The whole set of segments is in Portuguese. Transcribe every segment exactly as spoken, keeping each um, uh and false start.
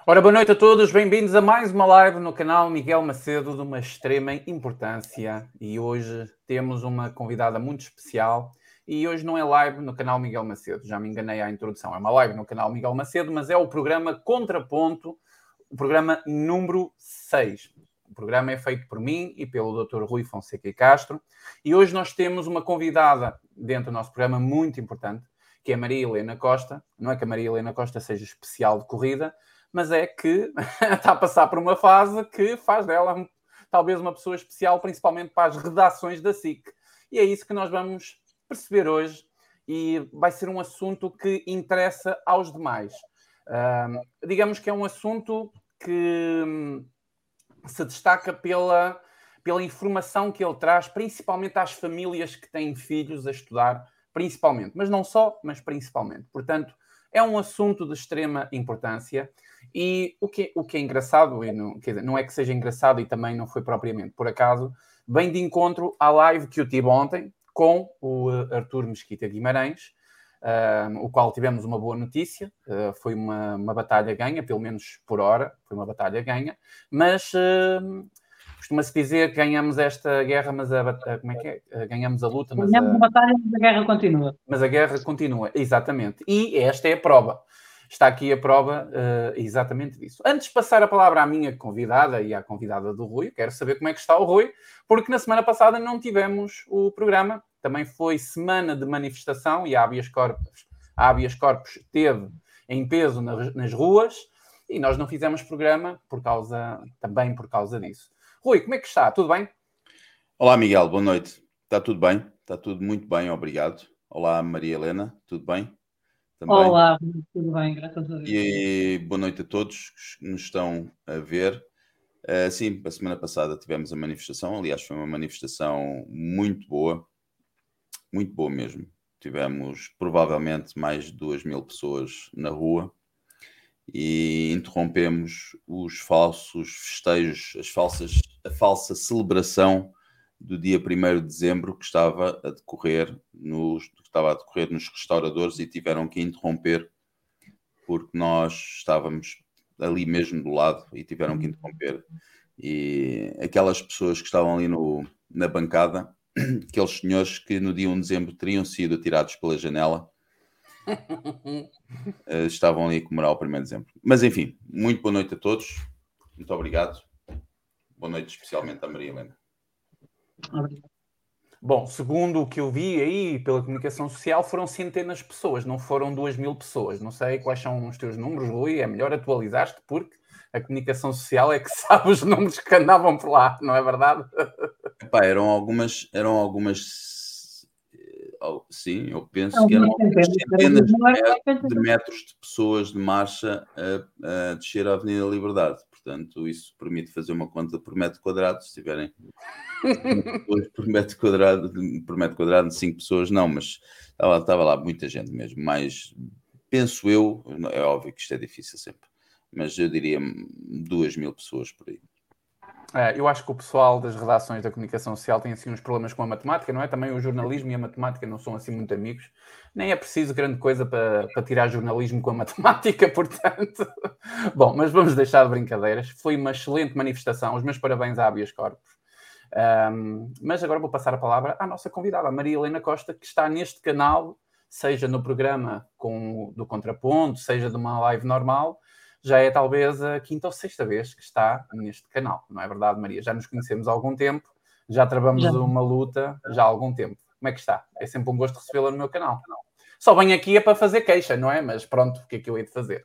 Ora, boa noite a todos, bem-vindos a mais uma live no canal Miguel Macedo de uma extrema importância e hoje temos uma convidada muito especial e hoje não é live no canal Miguel Macedo, já me enganei à introdução, é uma live no canal Miguel Macedo, mas é o programa Contraponto, o programa número seis. O programa é feito por mim e pelo doutor Rui Fonseca e Castro e hoje nós temos uma convidada dentro do nosso programa muito importante, que é a Maria Helena Costa. Não é que a Maria Helena Costa seja especial de corrida, mas é que está a passar por uma fase que faz dela talvez uma pessoa especial, principalmente para as redações da S I C. E é isso que nós vamos perceber hoje e vai ser um assunto que interessa aos demais. Uh, digamos que é um assunto que se destaca pela, pela informação que ele traz, principalmente às famílias que têm filhos a estudar, principalmente, mas não só, mas principalmente. Portanto, é um assunto de extrema importância e o que, o que é engraçado, e não, quer dizer, não é que seja engraçado e também não foi propriamente por acaso, vem de encontro à live que eu tive ontem com o Artur Mesquita Guimarães, uh, o qual tivemos uma boa notícia, uh, foi uma, uma batalha ganha, pelo menos por hora, foi uma batalha ganha, mas uh, costuma-se dizer que ganhamos esta guerra, mas a, a, como é que é? Uh, ganhamos a luta, mas ganhamos a, a batalha, mas a guerra continua. Mas a guerra continua, exatamente. E esta é a prova. Está aqui a prova uh, exatamente disso. Antes de passar a palavra à minha convidada e à convidada do Rui, quero saber como é que está o Rui, porque na semana passada não tivemos o programa. Também foi semana de manifestação e a Habeas Corpus, a Habeas Corpus teve em peso nas, nas ruas e nós não fizemos programa por causa, também por causa disso. Rui, como é que está? Tudo bem? Olá, Miguel. Boa noite. Está tudo bem? Está tudo muito bem, obrigado. Olá, Maria Helena. Tudo bem? Também. Olá, tudo bem, graças a Deus. E boa noite a todos que nos estão a ver. Uh, sim, a semana passada tivemos a manifestação. Aliás, foi uma manifestação muito boa. Muito boa mesmo. Tivemos provavelmente mais de duas mil pessoas na rua e interrompemos os falsos festejos, as falsas, a falsa celebração do dia primeiro de dezembro que estava a decorrer nos, que estava a decorrer nos restauradores e tiveram que interromper porque nós estávamos ali mesmo do lado e tiveram que interromper. E aquelas pessoas que estavam ali no, na bancada, aqueles senhores que no dia um de dezembro teriam sido atirados pela janela, estavam ali a comemorar o primeiro de dezembro. Mas enfim, muito boa noite a todos. Muito obrigado. Boa noite especialmente à Maria Helena. Bom, segundo o que eu vi aí pela comunicação social, foram centenas de pessoas, não foram duas mil pessoas. Não sei quais são os teus números, Rui, é melhor atualizar-te, porque a comunicação social é que sabe os números que andavam por lá, não é verdade? Epá, eram algumas, eram algumas, sim, eu penso que eram algumas centenas de metros, de metros de pessoas de marcha a, a descer a Avenida Liberdade. Portanto, isso permite fazer uma conta por metro quadrado, se tiverem por metro quadrado, por metro quadrado de cinco pessoas, não, mas estava, estava lá muita gente mesmo, mas penso eu, é óbvio que isto é difícil sempre, mas eu diria duas mil pessoas por aí. É, eu acho que o pessoal das redações da comunicação social tem assim uns problemas com a matemática, não é? Também o jornalismo e a matemática não são assim muito amigos. Nem é preciso grande coisa para, para tirar jornalismo com a matemática, portanto... Bom, mas vamos deixar de brincadeiras. Foi uma excelente manifestação. Os meus parabéns à Habeas Corpus. Um, mas agora vou passar a palavra à nossa convidada, a Maria Helena Costa, que está neste canal, seja no programa com, do Contraponto, seja de uma live normal... Já é talvez a quinta ou sexta vez que está neste canal, não é verdade, Maria? Já nos conhecemos há algum tempo, já travamos já. uma luta já há algum tempo. Como é que está? É sempre um gosto recebê-la no meu canal. Só venho aqui é para fazer queixa, não é? Mas pronto, o que é que eu hei de fazer?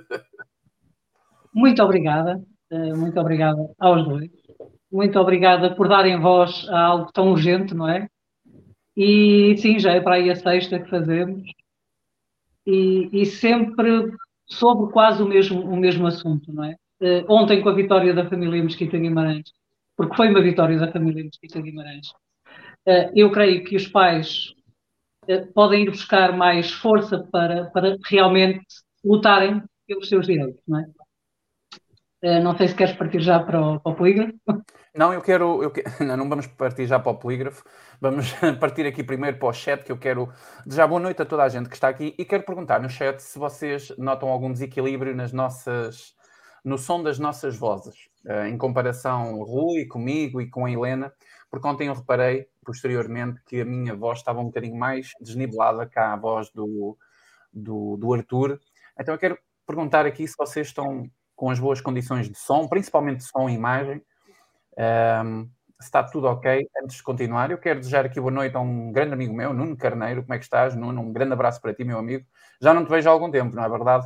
Muito obrigada, muito obrigada aos dois. Muito obrigada por darem voz a algo tão urgente, não é? E sim, já é para aí a sexta que fazemos. E, e sempre... sobre quase o mesmo, o mesmo assunto, não é? Uh, ontem com a vitória da família Mesquita Guimarães, porque foi uma vitória da família Mesquita Guimarães, uh, eu creio que os pais uh, podem ir buscar mais força para, para realmente lutarem pelos seus direitos, não é? Uh, não sei se queres partir já para o, para o polígrafo. Não, eu quero... Eu que... Não, não vamos partir já para o polígrafo. Vamos partir aqui primeiro para o chat, que eu quero desejar boa noite a toda a gente que está aqui. E quero perguntar no chat se vocês notam algum desequilíbrio nas nossas no som das nossas vozes, uh, em comparação Rui, comigo e com a Helena, porque ontem eu reparei, posteriormente, que a minha voz estava um bocadinho mais desnivelada que a voz do, do, do Arthur. Então eu quero perguntar aqui se vocês estão com as boas condições de som, principalmente de som e imagem, um, se está tudo ok. Antes de continuar, eu quero desejar aqui boa noite a um grande amigo meu, Nuno Carneiro. Como é que estás, Nuno? Um grande abraço para ti, meu amigo. Já não te vejo há algum tempo, não é verdade?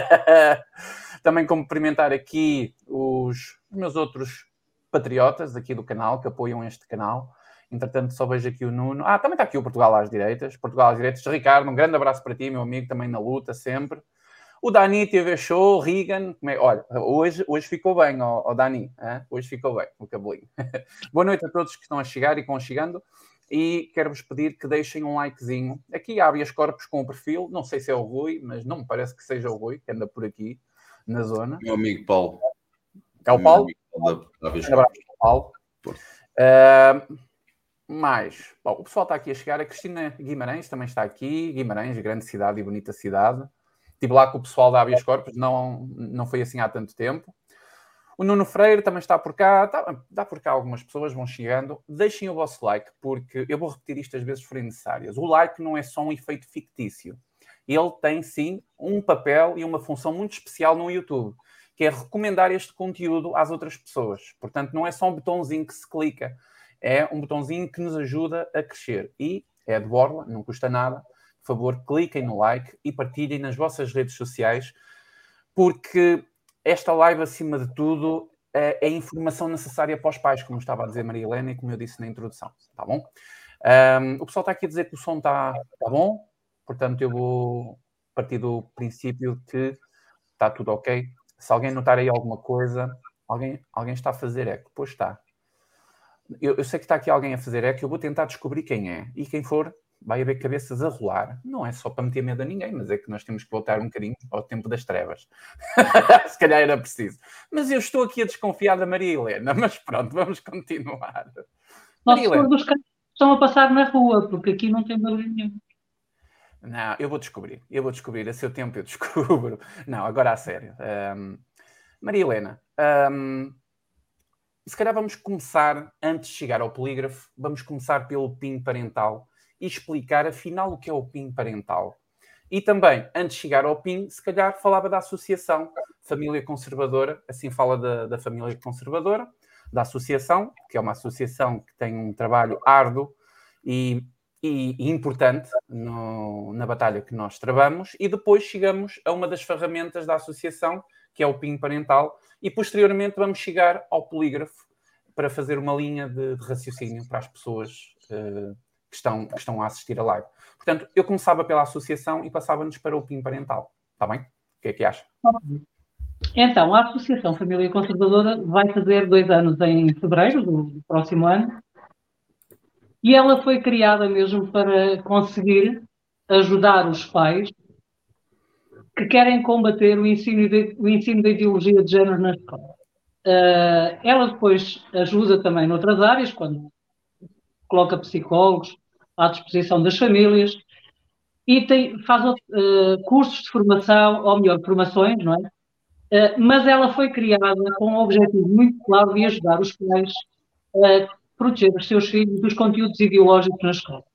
Também cumprimentar aqui os meus outros patriotas aqui do canal, que apoiam este canal. Entretanto, só vejo aqui o Nuno. Ah, também está aqui o Portugal às direitas. Portugal às direitas. Ricardo, um grande abraço para ti, meu amigo, também na luta, sempre. O Dani T V Show, Regan. É? Olha, hoje, hoje ficou bem, ó, ó Dani. Hein? Hoje ficou bem, o cabelinho. Boa noite a todos que estão a chegar e que vão chegando. E quero-vos pedir que deixem um likezinho. Aqui há habeas corpus com o perfil. Não sei se é o Rui, mas não me parece que seja o Rui, que anda por aqui, na zona. Meu amigo Paulo. É o Paulo? Paulo da, da um abraço para o Paulo. Uh, mais, bom, o pessoal está aqui a chegar. A Cristina Guimarães também está aqui. Guimarães, grande cidade e bonita cidade. Estive lá com o pessoal da habeas corpus, não, não foi assim há tanto tempo. O Nuno Freire também está por cá. Está, dá por cá algumas pessoas, vão chegando. Deixem o vosso like, porque eu vou repetir isto às vezes se forem necessárias. O like não é só um efeito fictício. Ele tem, sim, um papel e uma função muito especial no YouTube, que é recomendar este conteúdo às outras pessoas. Portanto, não é só um botãozinho que se clica. É um botãozinho que nos ajuda a crescer. E é de borla, não custa nada. Por favor, cliquem no like e partilhem nas vossas redes sociais, porque esta live, acima de tudo, é a informação necessária para os pais, como estava a dizer Maria Helena e como eu disse na introdução. Tá bom? Um, o pessoal está aqui a dizer que o som está tá bom, portanto eu vou partir do princípio que está tudo ok. Se alguém notar aí alguma coisa, alguém, alguém está a fazer eco. Pois está. Eu, eu sei que está aqui alguém a fazer eco, eu vou tentar descobrir quem é. E quem for, vai haver cabeças a rolar. Não é só para meter medo a ninguém, mas é que nós temos que voltar um bocadinho ao tempo das trevas. Se calhar era preciso. Mas eu estou aqui a desconfiar da Maria Helena. Mas pronto, vamos continuar. Maria Helena. Dos carros estão a passar na rua, porque aqui não tem barulho nenhum. Não, eu vou descobrir. Eu vou descobrir. A seu tempo eu descubro. Não, agora a sério. Um, Maria Helena, um, se calhar vamos começar, antes de chegar ao polígrafo, vamos começar pelo P I N parental e explicar, afinal, o que é o P I N parental. E também, antes de chegar ao P I N, se calhar falava da associação Família Conservadora, assim fala da, da Família Conservadora, da associação, que é uma associação que tem um trabalho árduo e, e, e importante no, na batalha que nós travamos, e depois chegamos a uma das ferramentas da associação, que é o P I N parental, e posteriormente vamos chegar ao polígrafo para fazer uma linha de, de raciocínio para as pessoas uh, que, estão, que estão a assistir a live. Portanto, eu começava pela associação e passava-nos para o P I N parental. Está bem? O que é que acha? Então, a Associação Família Conservadora vai fazer dois anos em fevereiro do próximo ano, e ela foi criada mesmo para conseguir ajudar os pais que querem combater o ensino de, o ensino da ideologia de género na escola. Uh, ela depois ajuda também noutras áreas, quando coloca psicólogos à disposição das famílias, e tem, faz uh, cursos de formação, ou melhor, formações, não é? Uh, mas ela foi criada com um objetivo muito claro de ajudar os pais a proteger os seus filhos dos conteúdos ideológicos na escola.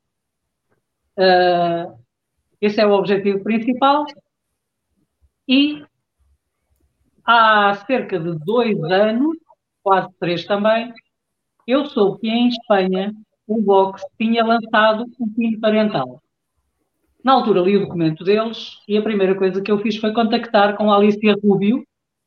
Uh, esse é o objetivo principal. E há cerca de dois anos, quase três também, eu soube que em Espanha o Vox tinha lançado o P I N parental. Na altura li o documento deles e a primeira coisa que eu fiz foi contactar com a Alicia Rubio,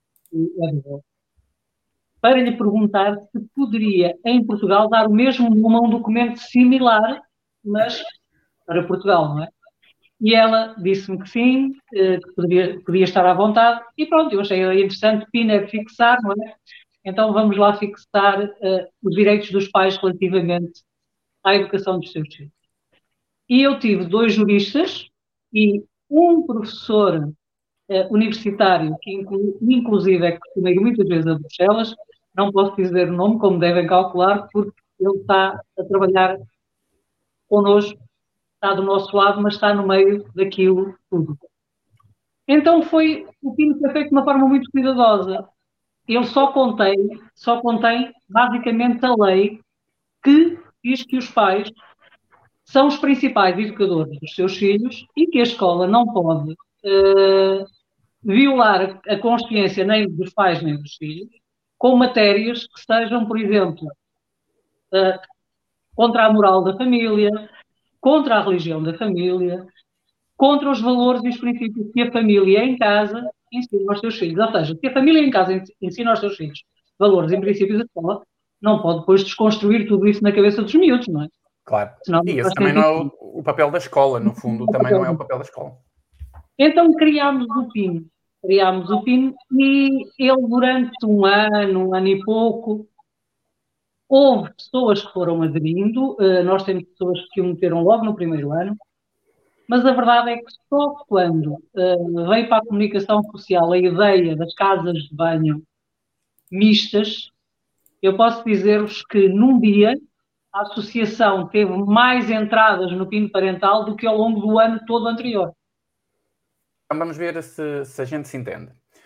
para lhe perguntar se poderia, em Portugal, dar o mesmo nome a um documento similar, mas para Portugal, não é? E ela disse-me que sim, que podia, podia estar à vontade, e pronto, eu achei interessante. P I N é fixar, não é? Então vamos lá fixar uh, os direitos dos pais relativamente à educação dos seus filhos. E eu tive dois juristas e um professor uh, universitário, que inclu, inclusive é que costuma ir muitas vezes a Bruxelas, não posso dizer o nome, como devem calcular, porque ele está a trabalhar connosco, está do nosso lado, mas está no meio daquilo tudo. Então foi, o P I N foi feito de uma forma muito cuidadosa. ele só contém, só contém basicamente a lei que diz que os pais são os principais educadores dos seus filhos e que a escola não pode uh, violar a consciência nem dos pais nem dos filhos com matérias que sejam, por exemplo, uh, contra a moral da família, contra a religião da família, contra os valores e os princípios que a família em casa ensina aos seus filhos. Ou seja, se a família em casa ensina aos seus filhos valores e princípios da escola, não pode depois desconstruir tudo isso na cabeça dos miúdos, não é? Claro. Senão, e esse também não é o, o papel da escola, no fundo, também não é o papel da escola. Então criámos o P I N. Criámos o P I N e ele durante um ano, um ano e pouco, houve pessoas que foram aderindo, nós temos pessoas que o meteram logo no primeiro ano, mas a verdade é que só quando uh, veio para a comunicação social a ideia das casas de banho mistas, eu posso dizer-vos que num dia a associação teve mais entradas no P I N parental do que ao longo do ano todo anterior. Então vamos ver se, se a gente se entende.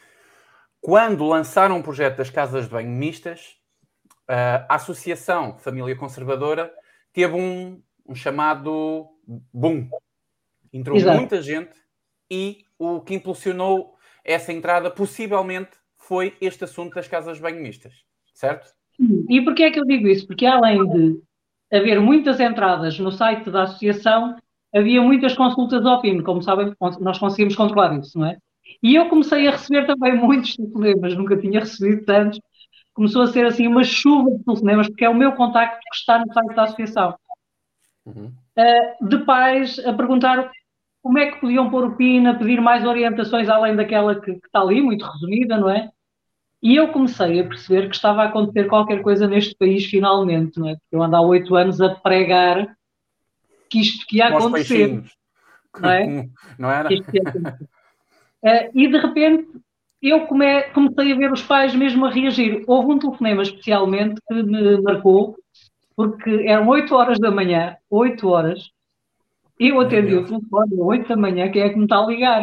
Quando lançaram o projeto das casas de banho mistas, uh, a Associação Família Conservadora teve um, um chamado boom. Entrou Exato. Muita gente e o que impulsionou essa entrada possivelmente foi este assunto das casas de banho mistas, certo? E porquê é que eu digo isso? Porque além de haver muitas entradas no site da associação, havia muitas consultas ao P I N, como sabem, nós conseguimos controlar isso, não é? E eu comecei a receber também muitos telefonemas, nunca tinha recebido tantos, começou a ser assim uma chuva de telefonemas, porque é o meu contacto que está no site da associação. Uhum. Uh, de pais a perguntar como é que podiam pôr o P I N, a pedir mais orientações além daquela que, que está ali, muito resumida, não é? E eu comecei a perceber que estava a acontecer qualquer coisa neste país finalmente, não é? Porque eu ando há oito anos a pregar que isto que ia acontecer. Não é? Não era? Isto que ia acontecer. Uh, e de repente eu come, comecei a ver os pais mesmo a reagir. Houve um telefonema especialmente que me marcou, porque eram oito horas da manhã, oito horas, eu atendi o telefone às oito da manhã, quem é que me está a ligar?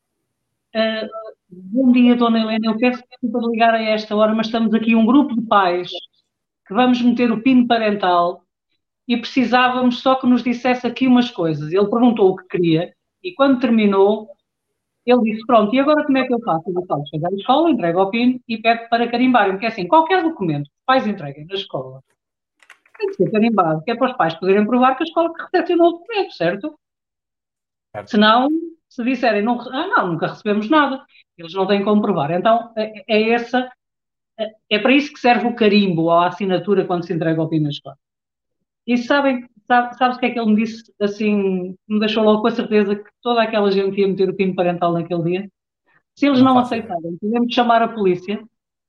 Uh, bom dia, Dona Helena, eu peço desculpa de ligar a esta hora, mas estamos aqui um grupo de pais que vamos meter o P I N parental e precisávamos só que nos dissesse aqui umas coisas. Ele perguntou o que queria e quando terminou, ele disse, pronto, e agora como é que eu faço? Eu falo, chego à escola, entrego ao P I N e pede para carimbarem, porque é assim, qualquer documento que os pais entreguem na escola tem que ser carimbado, que é para os pais poderem provar que a escola que recepcionou o documento, certo? certo? Senão, se disserem, não, ah, não, nunca recebemos nada, eles não têm como provar. Então, é, é essa, é, é para isso que serve o carimbo ou a assinatura quando se entrega ao P I N na escola. E sabem, sabe, sabes o que é que ele me disse, assim, me deixou logo com a certeza que toda aquela gente ia meter o P I N parental naquele dia? Se eles não, não aceitarem, podemos chamar a polícia.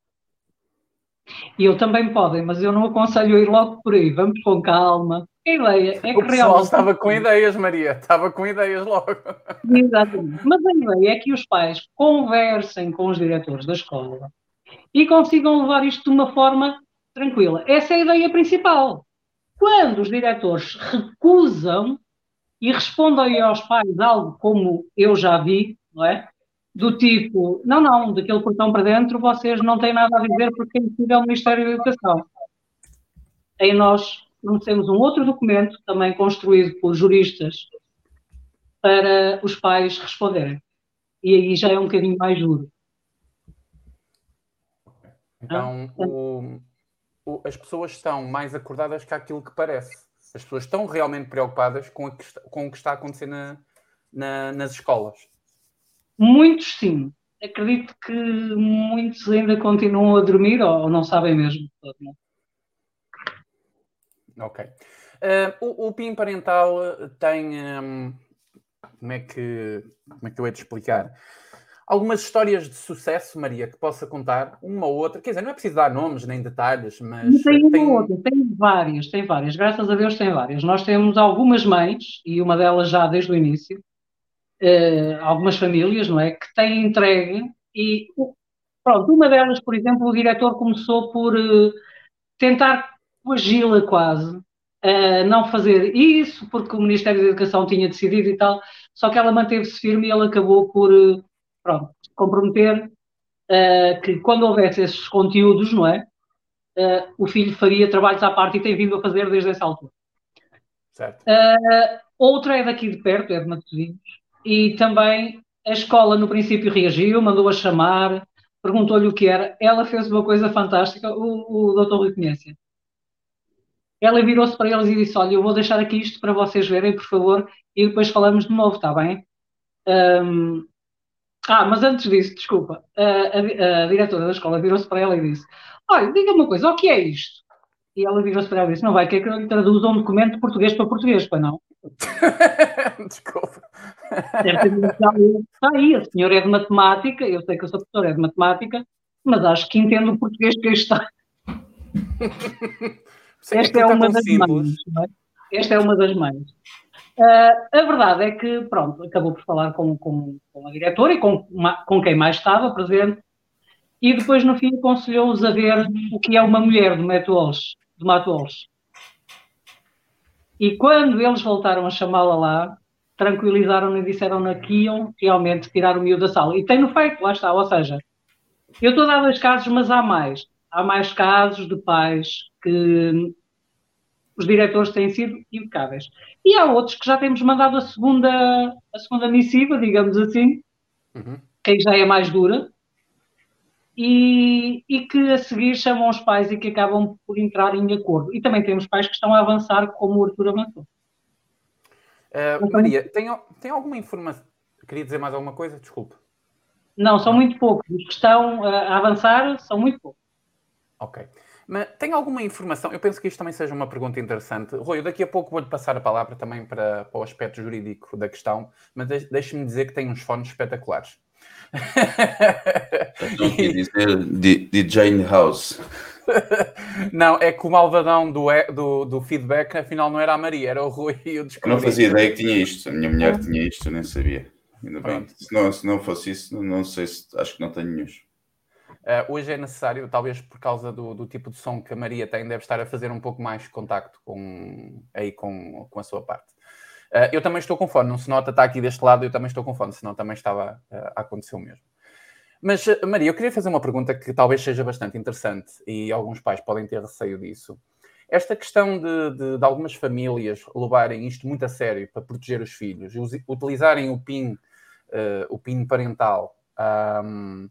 E eu também podem, mas eu não aconselho a ir logo por aí. Vamos com calma. A ideia é que o pessoal realmente... estava com ideias, Maria. Estava com ideias logo. Exatamente. Mas a ideia é que os pais conversem com os diretores da escola e consigam levar isto de uma forma tranquila. Essa é a ideia principal. Quando os diretores recusam e respondem aos pais algo como eu já vi, não é? Do tipo, não, não, daquele portão para dentro vocês não têm nada a dizer porque quem decide é o Ministério da Educação. Aí nós temos um outro documento, também construído por juristas, para os pais responderem. E aí já é um bocadinho mais duro. Então, ah, o, o, as pessoas estão mais acordadas que aquilo que parece. As pessoas estão realmente preocupadas com, a que está, com o que está a acontecer na, na, nas escolas. Muitos sim. Acredito que muitos ainda continuam a dormir ou não sabem mesmo. Ok. Uh, o, o P I N parental tem... Um, como, é que, como é que eu hei de explicar? Algumas histórias de sucesso, Maria, que possa contar, uma ou outra. Quer dizer, não é preciso dar nomes nem detalhes, mas... Tem uma tem... outra, tem várias, tem várias. Graças a Deus tem várias. Nós temos algumas mães, e uma delas já desde o início, Uh, algumas famílias, não é, que têm entregue e, pronto, uma delas, por exemplo, o diretor começou por uh, tentar coagi-la quase a uh, não fazer isso, porque o Ministério da Educação tinha decidido e tal, só que ela manteve-se firme e ele acabou por, uh, pronto, comprometer uh, que quando houvesse esses conteúdos, não é? Uh, o filho faria trabalhos à parte e tem vindo a fazer desde essa altura. Certo. Uh, outra é daqui de perto, é de Matosinhos, e também a escola no princípio reagiu, mandou-a chamar, perguntou-lhe o que era. Ela fez uma coisa fantástica, o, o doutor Rui conhece. Ela virou-se para eles e disse, olha, eu vou deixar aqui isto para vocês verem, por favor, e depois falamos de novo, está bem? Um, ah, mas antes disso, desculpa, a, a, a diretora da escola virou-se para ela e disse, olha, diga-me uma coisa, o que é isto? E ela virou-se para ela e disse, não vai querer que eu lhe traduza um documento de português para português, pois não? Desculpa. Está aí, a senhora é de matemática, eu sei que eu sou professora é de matemática, mas acho que entendo o português que aí está. Esta é, é uma das mães, não é? Esta é uma das mães. Uh, a verdade é que, pronto, acabou por falar com, com, com a diretora e com, com quem mais estava presente, e depois, no fim, aconselhou-os a ver o que é uma mulher do Mato Walsh. Do Mato Walsh. E quando eles voltaram a chamá-la lá, tranquilizaram-na e disseram-na que iam realmente tirar o miúdo da sala. E tem-no feito, lá está. Ou seja, eu estou a dar dois casos, mas há mais. Há mais casos de pais que os diretores têm sido impecáveis. E há outros que já temos mandado a segunda, a segunda missiva, digamos assim, uhum. que já é mais dura, e, e que a seguir chamam os pais e que acabam por entrar em acordo. E também temos pais que estão a avançar como o Arthur avançou. Uh, Maria, tem, tem alguma informação? Queria dizer mais alguma coisa? Desculpe. Não, são Não. muito poucos. Os que estão a avançar são muito poucos. Ok. Mas tem alguma informação? Eu penso que isto também seja uma pergunta interessante. Rui, eu daqui a pouco vou-lhe passar a palavra também para, para o aspecto jurídico da questão, mas deixe-me dizer que tem uns fones espetaculares. Estou aqui a dizer D J House. Não, é que o malvadão do, do, do feedback afinal não era a Maria, era o Rui e eu descobri. Eu não fazia ideia que tinha isto. A minha mulher tinha isto, eu nem sabia. Ainda bem. Se não, se não fosse isso, não sei se... Acho que não tenho nenhum. Uh, hoje é necessário, talvez por causa do, do tipo de som que a Maria tem, deve estar a fazer um pouco mais contacto com, aí com, com a sua parte. Uh, eu também estou com fone, não se nota, está aqui deste lado, eu também estou com fone, senão também estava uh, a acontecer o mesmo. Mas, uh, Maria, eu queria fazer uma pergunta que talvez seja bastante interessante e alguns pais podem ter receio disso. Esta questão de, de, de algumas famílias levarem isto muito a sério para proteger os filhos, utilizarem o PIN, uh, o PIN parental, um,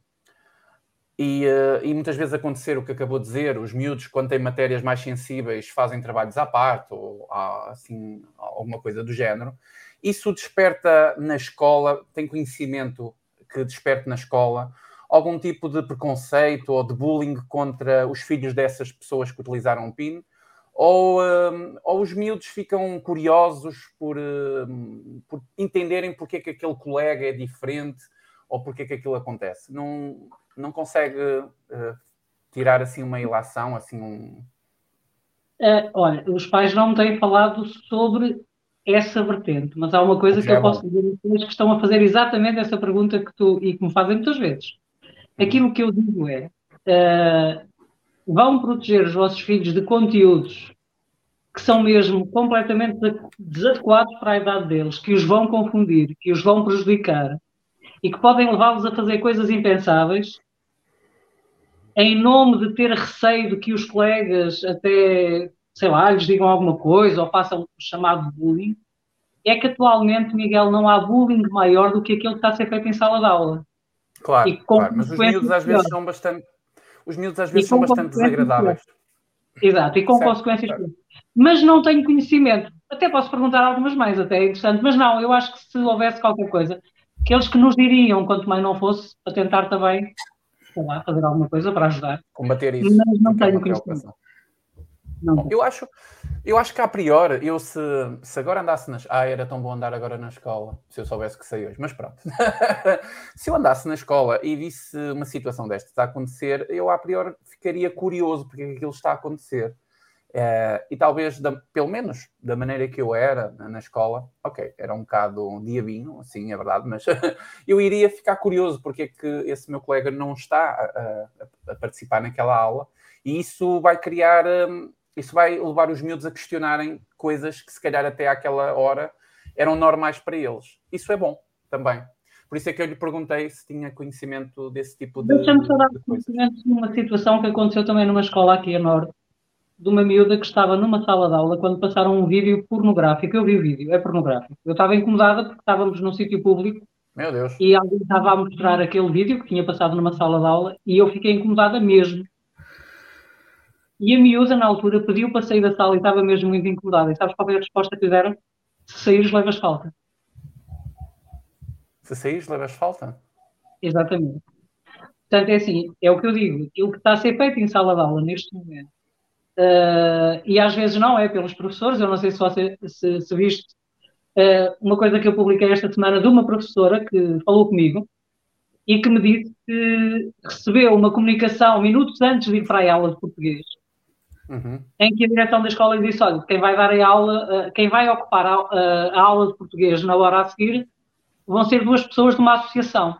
E, uh, e muitas vezes acontecer o que acabou de dizer, os miúdos, quando têm matérias mais sensíveis, fazem trabalhos à parte, ou assim, alguma coisa do género. Isso desperta na escola, tem conhecimento que desperte na escola, algum tipo de preconceito ou de bullying contra os filhos dessas pessoas que utilizaram o PIN, ou, uh, ou os miúdos ficam curiosos por, uh, por entenderem porque é que aquele colega é diferente, ou porque é que aquilo acontece. Não... não consegue uh, tirar assim uma ilação, assim um... Uh, olha, os pais não me têm falado sobre essa vertente, mas há uma coisa que, que eu posso dizer a que estão a fazer exatamente essa pergunta que tu, e que me fazem muitas vezes. Uhum. Aquilo que eu digo é, uh, vão proteger os vossos filhos de conteúdos que são mesmo completamente desadequados para a idade deles, que os vão confundir, que os vão prejudicar e que podem levá-los a fazer coisas impensáveis, em nome de ter receio de que os colegas até, sei lá, lhes digam alguma coisa ou façam o chamado bullying, é que atualmente, Miguel, não há bullying maior do que aquele que está a ser feito em sala de aula. Claro, claro, mas os miúdos às vezes são bastante, os miúdos às vezes são bastante desagradáveis. Exato, e com certo, consequências. Certo. Mas não tenho conhecimento. Até posso perguntar algumas mais, até é interessante, mas não, eu acho que se houvesse qualquer coisa, aqueles que nos diriam, quanto mais não fosse, a tentar também, sei lá, fazer alguma coisa para ajudar. Combater isso. Mas não tenho conhecimento. Não. Bom, eu, acho, eu acho que a priori, eu se, se agora andasse nas... Ah, era tão bom andar agora na escola, se eu soubesse que sei hoje, mas pronto. Se eu andasse na escola e visse uma situação destas a acontecer, eu a priori ficaria curioso porque aquilo está a acontecer. É, e talvez, da, pelo menos da maneira que eu era na, na escola, ok, era um bocado diabinho, assim, é verdade, mas eu iria ficar curioso porque é que esse meu colega não está a, a, a participar naquela aula, e isso vai criar, um, isso vai levar os miúdos a questionarem coisas que se calhar até àquela hora eram normais para eles. Isso é bom também. Por isso é que eu lhe perguntei se tinha conhecimento desse tipo de, Deixa-me só dar de coisas. conhecimento de uma situação que aconteceu também numa escola aqui a norte, de uma miúda que estava numa sala de aula quando passaram um vídeo pornográfico. Eu vi o vídeo, é pornográfico. Eu estava incomodada porque estávamos num sítio público Meu Deus. e alguém estava a mostrar aquele vídeo que tinha passado numa sala de aula e eu fiquei incomodada mesmo. E a miúda, na altura, pediu para sair da sala e estava mesmo muito incomodada. E sabes qual foi a resposta que lhe deram? Se saíres, levas falta. Se saís, levas falta? Exatamente. Portanto, é assim, é o que eu digo. Aquilo que está a ser feito em sala de aula neste momento, uh, e às vezes não é pelos professores, eu não sei se você se, se viste uh, uma coisa que eu publiquei esta semana de uma professora que falou comigo e que me disse que recebeu uma comunicação minutos antes de ir para a aula de português, uhum. em que a direção da escola lhe disse, olha, quem vai dar a aula, uh, quem vai ocupar a, uh, a aula de português na hora a seguir vão ser duas pessoas de uma associação.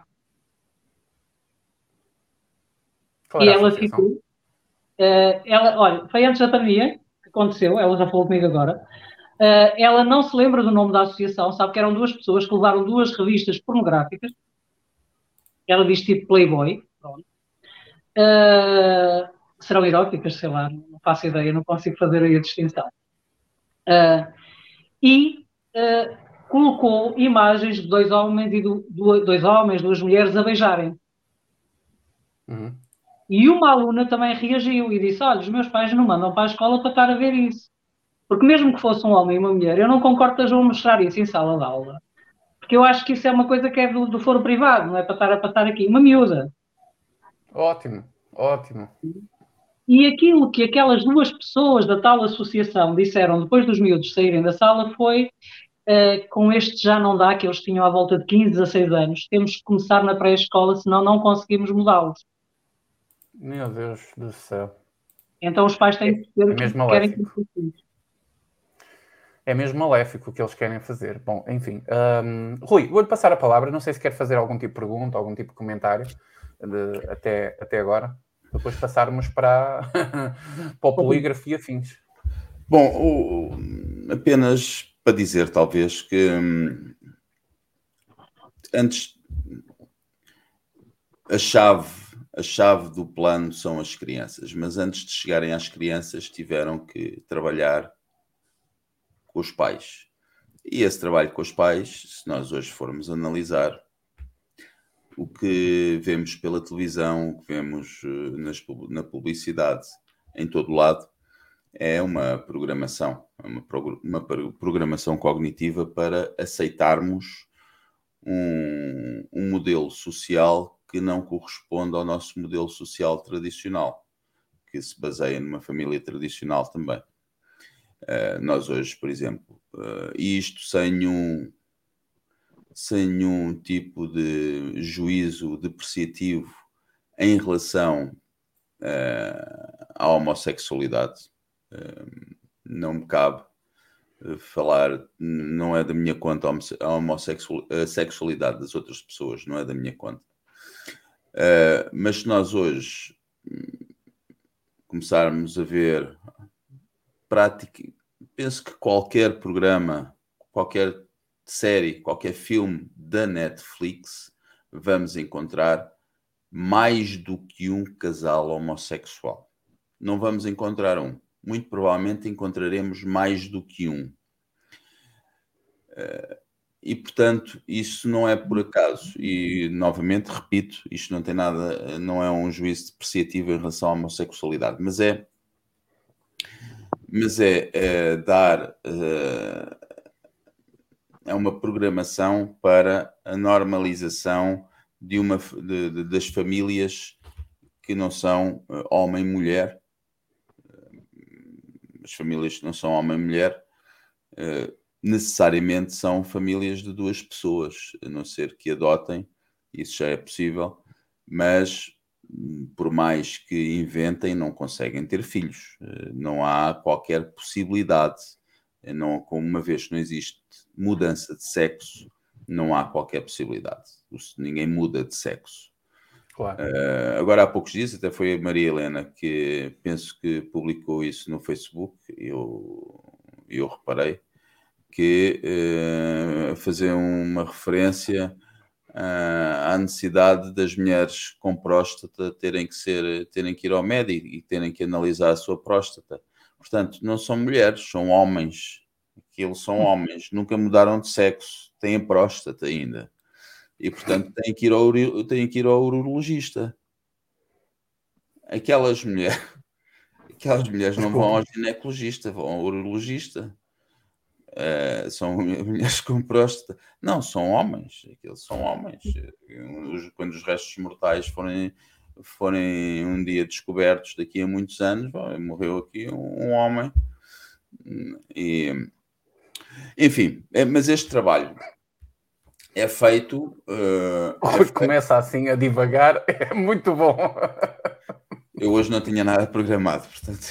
Qual E era a ela associação? ficou... Uh, ela, olha, foi antes da pandemia que aconteceu, ela já falou comigo agora. Uh, ela não se lembra do nome da associação, sabe que eram duas pessoas que levaram duas revistas pornográficas. Ela diz tipo Playboy. Pronto. Uh, serão eróticas, sei lá, não faço ideia, não consigo fazer aí a distinção. Uh, e uh, colocou imagens de dois homens e do, do, dois homens, duas mulheres a beijarem. Uhum. E uma aluna também reagiu e disse, olha, os meus pais não mandam para a escola para estar a ver isso. Porque mesmo que fosse um homem e uma mulher, eu não concordo que eles vão mostrar isso em sala de aula. Porque eu acho que isso é uma coisa que é do, do foro privado, não é para estar a passar aqui. Uma miúda. Ótimo, ótimo. E aquilo que aquelas duas pessoas da tal associação disseram depois dos miúdos saírem da sala foi uh, com este já não dá, que eles tinham à volta de quinze, dezasseis anos, temos que começar na pré-escola, senão não conseguimos mudá-los. Meu Deus do céu. Então os pais têm que ter é mesmo o que querem maléfico. fazer. É mesmo maléfico o que eles querem fazer. Bom, enfim. Um, Rui, vou-lhe passar a palavra. Não sei se quer fazer algum tipo de pergunta, algum tipo de comentário de, até, até agora. Depois passarmos para, para o polígrafo e afins. Bom, o, apenas para dizer, talvez, que hum, antes a chave, a chave do plano são as crianças, mas antes de chegarem às crianças tiveram que trabalhar com os pais. E esse trabalho com os pais, se nós hoje formos analisar o que vemos pela televisão, o que vemos nas, na publicidade, em todo lado, é uma programação, uma, uma programação cognitiva para aceitarmos um, um modelo social que não corresponde ao nosso modelo social tradicional, que se baseia numa família tradicional também. Uh, nós hoje, por exemplo, uh, isto sem um, sem nenhum tipo de juízo depreciativo em relação uh, à homossexualidade. Uh, não me cabe uh, falar, não é da minha conta a homossexual, a sexualidade das outras pessoas, não é da minha conta. Uh, mas se nós hoje começarmos a ver prática, penso que qualquer programa, qualquer série, qualquer filme da Netflix, vamos encontrar mais do que um casal homossexual. Não vamos encontrar um. Muito provavelmente encontraremos mais do que um. E, portanto, isso não é por acaso. E, novamente, repito, isto não tem nada, não é um juízo depreciativo em relação à homossexualidade, mas é mas é, é dar uh, é uma programação para a normalização de uma, de, de, das famílias que não são uh, homem e mulher. As famílias que não são homem e mulher uh, necessariamente são famílias de duas pessoas, a não ser que adotem, isso já é possível, mas por mais que inventem, não conseguem ter filhos. Não há qualquer possibilidade. Não, como uma vez que não existe mudança de sexo, não há qualquer possibilidade. Ninguém muda de sexo. Claro. Uh, agora, há poucos dias, até foi a Maria Helena que penso que publicou isso no Facebook. Eu, eu reparei que uh, fazer uma referência uh, à necessidade das mulheres com próstata terem que, ser, terem que ir ao médico e terem que analisar a sua próstata. Portanto, não são mulheres, são homens. Aquilo são homens, nunca mudaram de sexo, têm próstata ainda. E, portanto, têm que ir ao, têm que ir ao urologista. Aquelas mulheres, aquelas mulheres não vão ao ginecologista, vão ao urologista. Uh, são mulheres com próstata. Não, são homens. Aqueles são homens. Quando os restos mortais forem, forem um dia descobertos daqui a muitos anos, bom, morreu aqui um, um homem. E, enfim, é, mas este trabalho é feito... Uh, é feito... Começa assim a divagar, é muito bom. Eu hoje não tinha nada programado, portanto,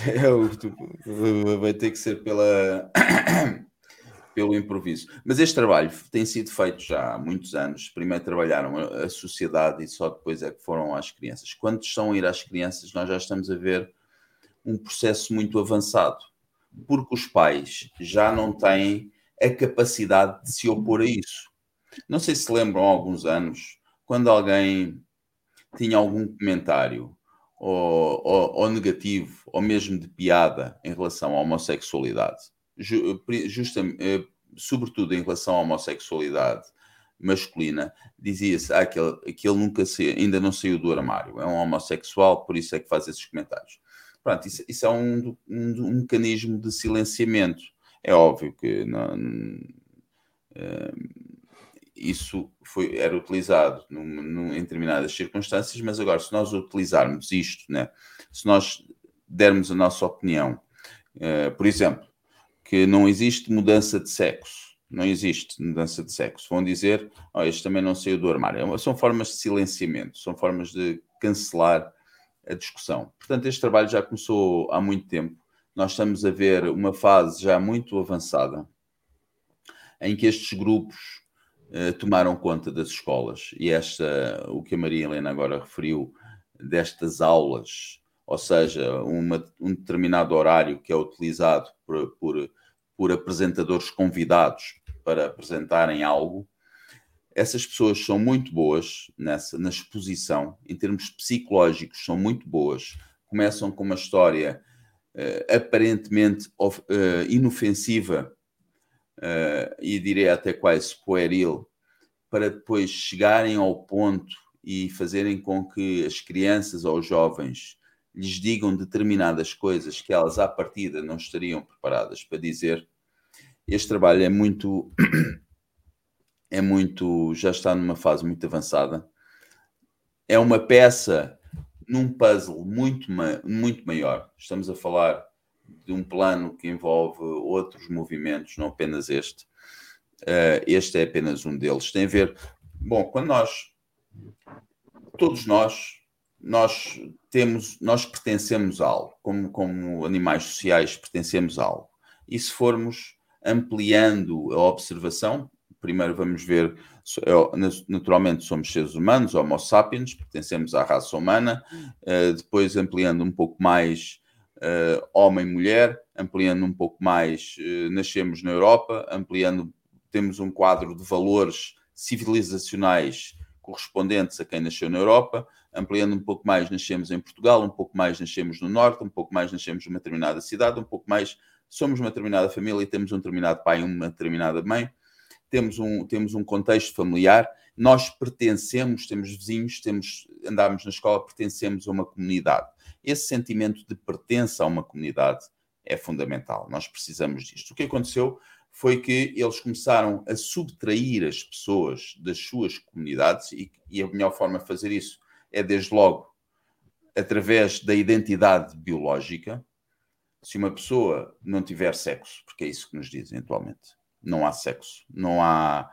eu, vai ter que ser pela... pelo improviso. Mas este trabalho tem sido feito já há muitos anos. Primeiro trabalharam a, a sociedade e só depois é que foram às crianças. Quando estão a ir às crianças, nós já estamos a ver um processo muito avançado, porque os pais já não têm a capacidade de se opor a isso. Não sei se lembram há alguns anos, quando alguém tinha algum comentário ou, ou, ou negativo, ou mesmo de piada em relação à homossexualidade, justamente, sobretudo em relação à homossexualidade masculina, dizia-se ah, que, ele, que ele nunca se, ainda não saiu do armário, é um homossexual, por isso é que faz esses comentários. Pronto, isso, isso é um, um, um mecanismo de silenciamento. É óbvio que não, uh, isso foi, era utilizado num, num, em determinadas circunstâncias, mas agora, se nós utilizarmos isto, né, se nós dermos a nossa opinião, uh, por exemplo, que não existe mudança de sexo. Não existe mudança de sexo. Vão dizer, oh, este também não saiu do armário. São formas de silenciamento, são formas de cancelar a discussão. Portanto, este trabalho já começou há muito tempo. Nós estamos a ver uma fase já muito avançada em que estes grupos uh, tomaram conta das escolas. E esta, o que a Maria Helena agora referiu, destas aulas, ou seja, uma, um determinado horário que é utilizado por, por, por apresentadores convidados para apresentarem algo, essas pessoas são muito boas nessa, na exposição, em termos psicológicos são muito boas, começam com uma história uh, aparentemente of, uh, inofensiva uh, e direi até quase pueril, para depois chegarem ao ponto e fazerem com que as crianças ou os jovens lhes digam determinadas coisas que elas à partida não estariam preparadas para dizer. Este trabalho é muito, é muito, já está numa fase muito avançada. É uma peça num puzzle muito, muito maior. Estamos a falar de um plano que envolve outros movimentos, não apenas este. Uh, este é apenas um deles. Tem a ver, bom, quando nós, todos nós, nós temos, nós pertencemos a algo, como, como animais sociais pertencemos a algo. E se formos ampliando a observação, primeiro vamos ver, naturalmente somos seres humanos, homo sapiens, pertencemos à raça humana, depois ampliando um pouco mais homem-mulher, ampliando um pouco mais, nascemos na Europa, ampliando, temos um quadro de valores civilizacionais correspondentes a quem nasceu na Europa, ampliando um pouco mais, nascemos em Portugal, um pouco mais nascemos no Norte, um pouco mais nascemos numa determinada cidade, um pouco mais somos uma determinada família e temos um determinado pai e uma determinada mãe, temos um, temos um contexto familiar, nós pertencemos, temos vizinhos, temos, andamos na escola, pertencemos a uma comunidade. Esse sentimento de pertença a uma comunidade é fundamental, nós precisamos disto. O que aconteceu foi que eles começaram a subtrair as pessoas das suas comunidades e, e a melhor forma de fazer isso é, desde logo, através da identidade biológica. Se uma pessoa não tiver sexo, porque é isso que nos dizem atualmente, não há sexo, não há...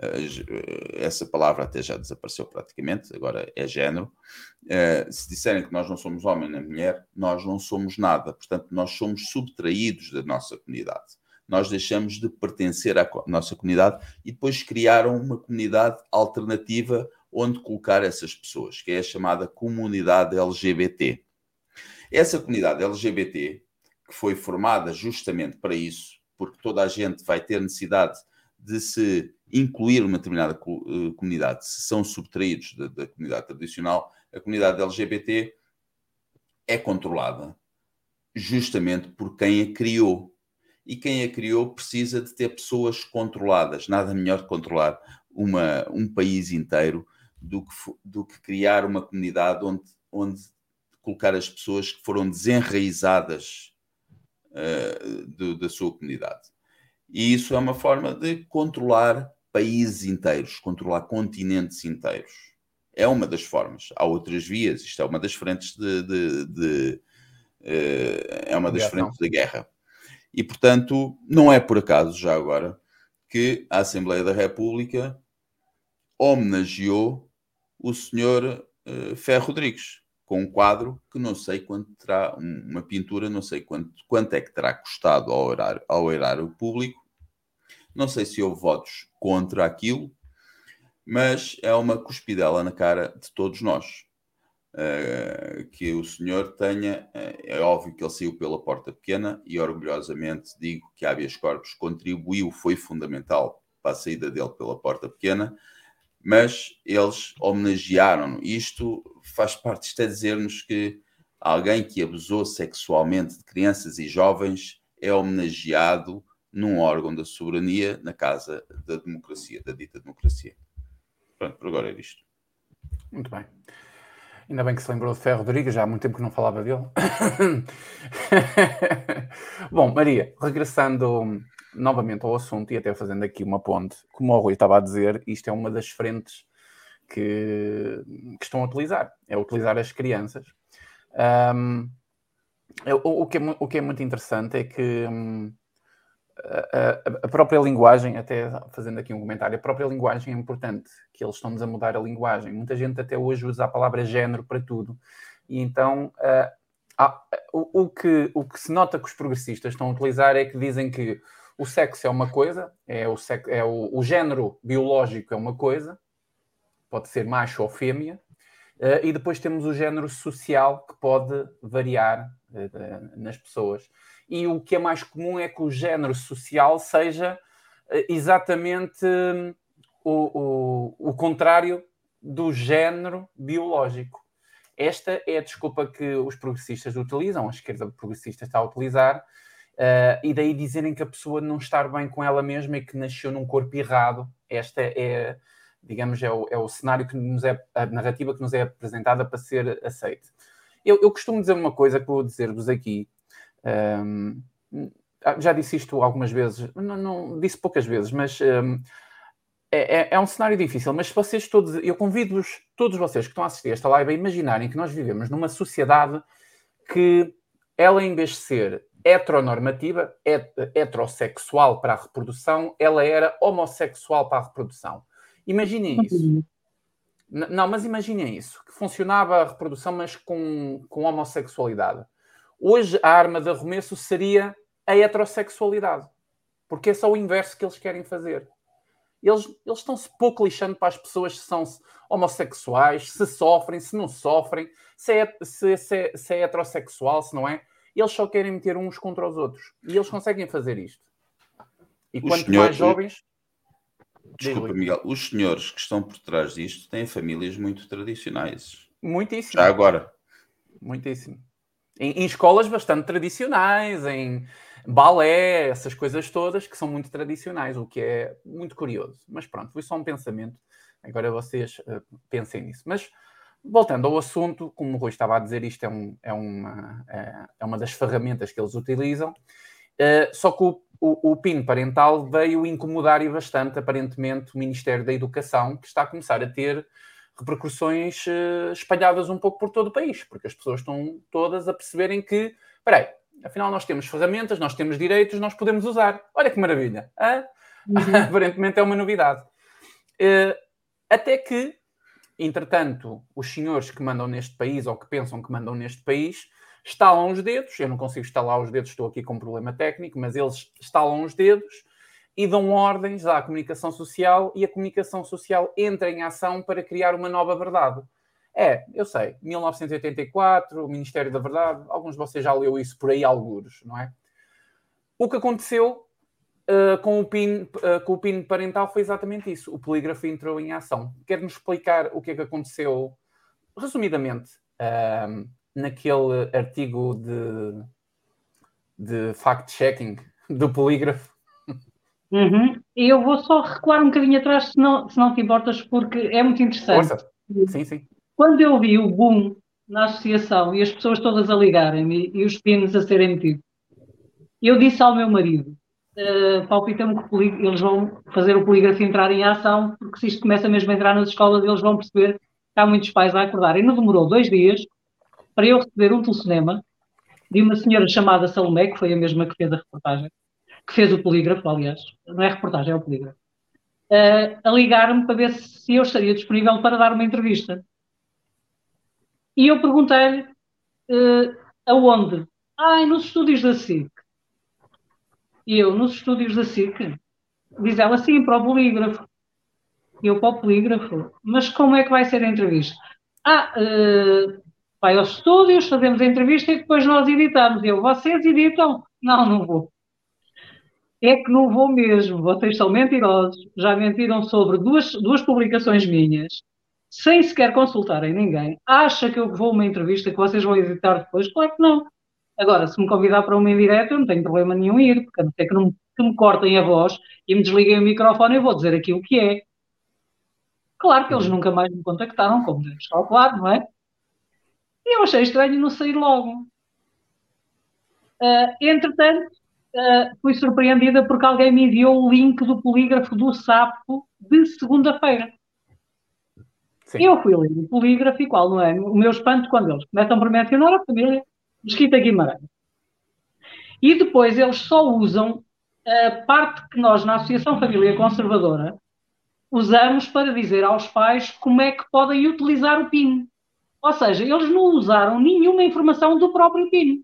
Essa palavra até já desapareceu praticamente, agora é género. Se disserem que nós não somos homem nem mulher, nós não somos nada. Portanto, nós somos subtraídos da nossa comunidade. Nós deixamos de pertencer à nossa comunidade e depois criaram uma comunidade alternativa onde colocar essas pessoas, que é a chamada comunidade L G B T. Essa comunidade L G B T, que foi formada justamente para isso, porque toda a gente vai ter necessidade de se incluir uma determinada comunidade, se são subtraídos da, da comunidade tradicional, a comunidade L G B T é controlada justamente por quem a criou. E quem a criou precisa de ter pessoas controladas. Nada melhor que controlar uma, um país inteiro do que, do que criar uma comunidade onde, onde colocar as pessoas que foram desenraizadas uh, do, da sua comunidade. E isso é uma forma de controlar países inteiros, controlar continentes inteiros. É uma das formas. Há outras vias. Isto é uma das frentes de... de, de uh, é uma das frentes da guerra. E, portanto, não é por acaso, já agora, que a Assembleia da República homenageou o senhor uh, Ferro Rodrigues, com um quadro que não sei quanto terá, uma pintura, não sei quanto, quanto é que terá custado ao erário, ao erário público. Não sei se houve votos contra aquilo, mas é uma cuspidela na cara de todos nós. Uh, que o senhor tenha, uh, é óbvio que ele saiu pela porta pequena e orgulhosamente digo que a habeas corpus contribuiu, foi fundamental para a saída dele pela porta pequena, mas eles homenagearam-no. Isto faz parte, isto é dizer-nos que alguém que abusou sexualmente de crianças e jovens é homenageado num órgão da soberania na casa da democracia, da dita democracia. Pronto, por agora é isto. Muito bem. Ainda bem que se lembrou de Ferro Rodrigues, já há muito tempo que não falava dele. Bom, Maria, regressando novamente ao assunto e até fazendo aqui uma ponte, como o Rui estava a dizer, isto é uma das frentes que, que estão a utilizar, é utilizar as crianças. Um, o, o, que é, o que é muito interessante é que um, a, a própria linguagem, até fazendo aqui um comentário, a própria linguagem é importante, que eles estão-nos a mudar a linguagem. Muita gente até hoje usa a palavra género para tudo. E então, uh, há, o, o, que, o que se nota que os progressistas estão a utilizar é que dizem que o sexo é uma coisa, é o, sexo, é o, o género biológico é uma coisa, pode ser macho ou fêmea, uh, e depois temos o género social que pode variar uh, nas pessoas. E o que é mais comum é que o género social seja exatamente o, o, o contrário do género biológico. Esta é a desculpa que os progressistas utilizam, a esquerda progressista está a utilizar, uh, e daí dizerem que a pessoa não está bem com ela mesma e que nasceu num corpo errado. Esta é, digamos, é o, é o cenário que nos é, a narrativa que nos é apresentada para ser aceite. Eu, eu costumo dizer uma coisa que vou dizer-vos aqui. Um, já disse isto algumas vezes, não, não disse poucas vezes, mas um, é, é um cenário difícil. Mas se vocês todos, eu convido-vos, todos vocês que estão a assistir a esta live, a imaginarem que nós vivemos numa sociedade que ela, em vez de ser heteronormativa, het, heterossexual para a reprodução, ela era homossexual para a reprodução. Imaginem isso. Não, mas imaginem isso, que funcionava a reprodução, mas com, com homossexualidade. Hoje, a arma de arremesso seria a heterossexualidade. Porque é só o inverso que eles querem fazer. Eles, eles estão-se pouco lixando para as pessoas se são homossexuais, se sofrem, se não sofrem, se é, se, se, se é heterossexual, se não é. Eles só querem meter uns contra os outros. E eles conseguem fazer isto. E os quanto senhores, mais jovens... Desculpa, Miguel. Os senhores que estão por trás disto têm famílias muito tradicionais. Muitíssimo. Já agora. Muitíssimo. Em, em escolas bastante tradicionais, em balé, essas coisas todas que são muito tradicionais, o que é muito curioso. Mas pronto, foi só um pensamento. Agora vocês uh, pensem nisso. Mas, voltando ao assunto, como o Rui estava a dizer, isto é, um, é, uma, é, é uma das ferramentas que eles utilizam. Uh, só que o, o, o P I N parental veio incomodar e bastante, aparentemente, o Ministério da Educação, que está a começar a ter repercussões uh, espalhadas um pouco por todo o país, porque as pessoas estão todas a perceberem que, espera aí, afinal nós temos ferramentas, nós temos direitos, nós podemos usar. Olha que maravilha. Ah? Uhum. Aparentemente é uma novidade. Uh, até que, entretanto, os senhores que mandam neste país, ou que pensam que mandam neste país, estalam os dedos. Eu não consigo estalar os dedos, estou aqui com um problema técnico, mas eles estalam os dedos e dão ordens à comunicação social, e a comunicação social entra em ação para criar uma nova verdade. É, eu sei, mil novecentos e oitenta e quatro, o Ministério da Verdade, alguns de vocês já leu isso por aí, algures, não é? O que aconteceu Uh, com, o PIN, uh, com o PIN parental foi exatamente isso. O polígrafo entrou em ação. Quer-nos explicar o que é que aconteceu, resumidamente, uh, naquele artigo de, de fact-checking do polígrafo? Uhum. Eu vou só recuar um bocadinho atrás, se não, se não te importas, porque é muito interessante. Força. Sim, sim. Quando eu vi o boom na associação e as pessoas todas a ligarem-me e, e os pins a serem metidos, eu disse ao meu marido, uh, palpita-me que poli- eles vão fazer o polígrafo entrar em ação, porque se isto começa mesmo a entrar nas escolas, eles vão perceber que há muitos pais a acordar. E não demorou dois dias para eu receber um telefonema de uma senhora chamada Salomé, que foi a mesma que fez a reportagem, que fez o polígrafo, aliás, não é reportagem, é o polígrafo, uh, a ligar-me para ver se eu estaria disponível para dar uma entrevista. E eu perguntei-lhe uh, aonde? Ah, nos estúdios da S I C. E eu, nos estúdios da S I C? Diz ela, sim, para o polígrafo. E eu, para o polígrafo? Mas como é que vai ser a entrevista? Ah, uh, vai aos estúdios, fazemos a entrevista e depois nós editamos. E eu, vocês editam? Não, não vou. É que não vou mesmo, vocês são mentirosos, já mentiram sobre duas, duas publicações minhas, sem sequer consultarem ninguém. Acha que eu vou a uma entrevista que vocês vão editar depois? Claro que não. Agora, se me convidar para uma indireta, eu não tenho problema nenhum em ir, porque a não ser que, não, que me cortem a voz e me desliguem o microfone, eu vou dizer aqui o que é. Claro que eles nunca mais me contactaram, como deves calcular, não é? E eu achei estranho não sair logo. Uh, entretanto, uh, fui surpreendida porque alguém me enviou o link do polígrafo do Sapo de segunda-feira. Eu fui ler o polígrafo e qual não é o meu espanto quando eles começam por mencionar a família Mesquita Guimarães. E depois eles só usam a parte que nós, na Associação Família Conservadora, usamos para dizer aos pais como é que podem utilizar o PIN. Ou seja, eles não usaram nenhuma informação do próprio PIN.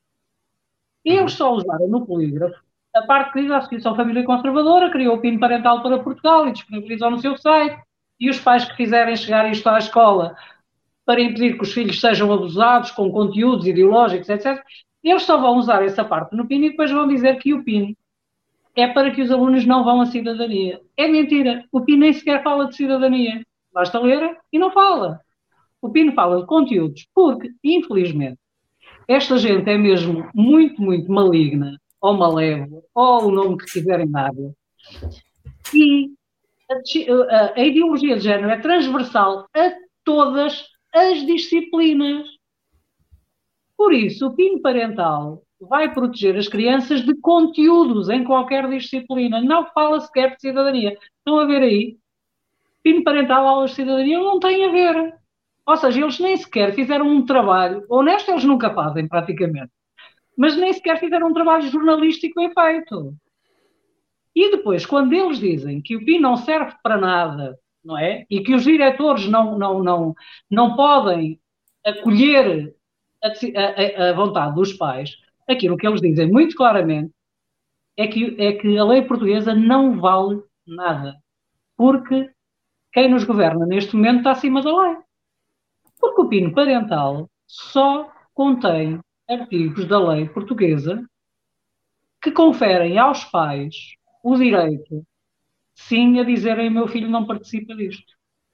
Eles só usaram no polígrafo a parte que diz a Associação Família Conservadora, criou o PIN parental para Portugal e disponibilizou no seu site, e os pais que fizerem chegar isto à escola para impedir que os filhos sejam abusados com conteúdos ideológicos, etcétera, eles só vão usar essa parte no PIN e depois vão dizer que o PIN é para que os alunos não vão à cidadania. É mentira. O PIN nem sequer fala de cidadania. Basta ler e não fala. O PIN fala de conteúdos, porque, infelizmente, esta gente é mesmo muito, muito maligna, ou malévola, ou o nome que quiserem dar. E a, a, a ideologia de género é transversal a todas as disciplinas. Por isso, o PIN parental vai proteger as crianças de conteúdos em qualquer disciplina. Não fala sequer de cidadania. Estão a ver aí? PIN parental, aulas de cidadania, não tem a ver. Ou seja, eles nem sequer fizeram um trabalho, honesto eles nunca fazem praticamente, mas nem sequer fizeram um trabalho jornalístico bem feito. E depois, quando eles dizem que o PIN não serve para nada, não é? E que os diretores não, não, não, não podem acolher a, a, a vontade dos pais, aquilo que eles dizem muito claramente é que, é que a lei portuguesa não vale nada. Porque quem nos governa neste momento está acima da lei. Porque o PIN parental só contém artigos da lei portuguesa que conferem aos pais o direito, sim, a dizerem o meu filho não participa disto.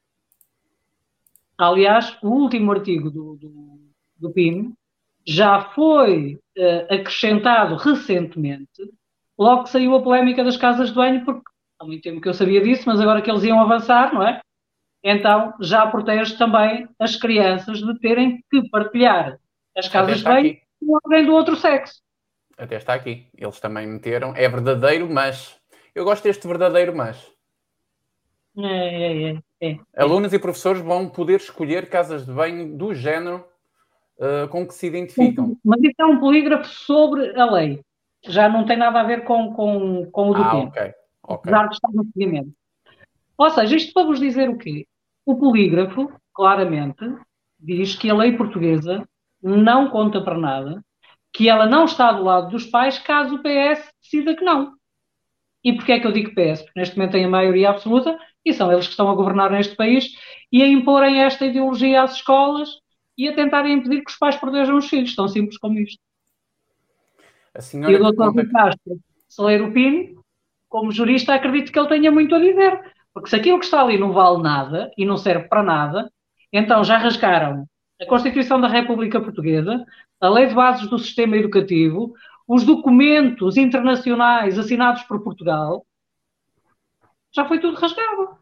Aliás, o último artigo do, do, do PIN já foi uh, acrescentado recentemente, logo que saiu a polémica das casas de banho, porque há muito tempo que eu sabia disso, mas agora que eles iam avançar, não é? Então, já protege também as crianças de terem que partilhar as casas de banho com alguém do outro sexo. Até está aqui. Eles também meteram. É verdadeiro, mas... Eu gosto deste verdadeiro, mas... É, é, é, é. Alunos e professores vão poder escolher casas de banho do género uh, com que se identificam. Mas isso é um polígrafo sobre a lei. Já não tem nada a ver com, com, com o do ah, PIN. Ok, ok. Apesar de estar no seguimento. Ou seja, isto para vos dizer o quê? O polígrafo, claramente, diz que a lei portuguesa não conta para nada, que ela não está do lado dos pais caso o P S decida que não. E porquê é que eu digo P S? Porque neste momento tem a maioria absoluta e são eles que estão a governar neste país e a imporem esta ideologia às escolas e a tentarem impedir que os pais protejam os filhos. Tão simples como isto. A senhora e o doutor conta... Castro, se ler o PIN, como jurista, acredito que ele tenha muito a dizer. Porque se aquilo que está ali não vale nada e não serve para nada, então já rasgaram a Constituição da República Portuguesa, a Lei de Bases do Sistema Educativo, os documentos internacionais assinados por Portugal, já foi tudo rasgado.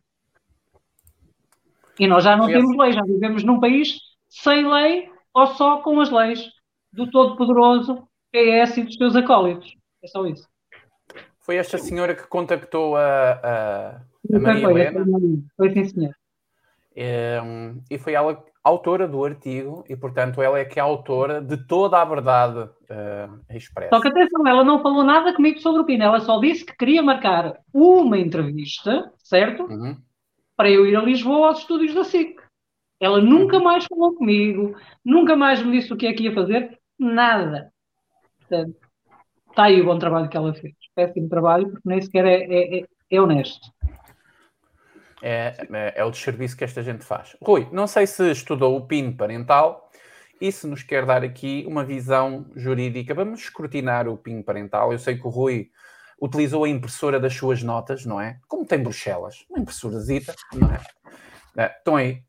E nós já não temos lei, já vivemos num país sem lei ou só com as leis do todo-poderoso P S e dos seus acólitos. É só isso. Foi esta senhora que contactou a, a, a Maria foi, Helena. Foi sim, senhor. É, e foi ela autora do artigo e, portanto, ela é que é a autora de toda a verdade uh, expressa. Só que atenção, ela não falou nada comigo sobre o Pina, ela só disse que queria marcar uma entrevista, certo? Uhum. Para eu ir a Lisboa aos estúdios da S I C. Ela nunca uhum. mais falou comigo, nunca mais me disse o que é que ia fazer, nada. Portanto, está aí o bom trabalho que ela fez. Péssimo trabalho, porque nem sequer é, é, é honesto. É, é, é o desserviço que esta gente faz. Rui, não sei se estudou o P I N parental e se nos quer dar aqui uma visão jurídica. Vamos escrutinar o P I N parental. Eu sei que o Rui utilizou a impressora das suas notas, não é? Como tem Bruxelas, uma impressorazita, não é? é estão aí.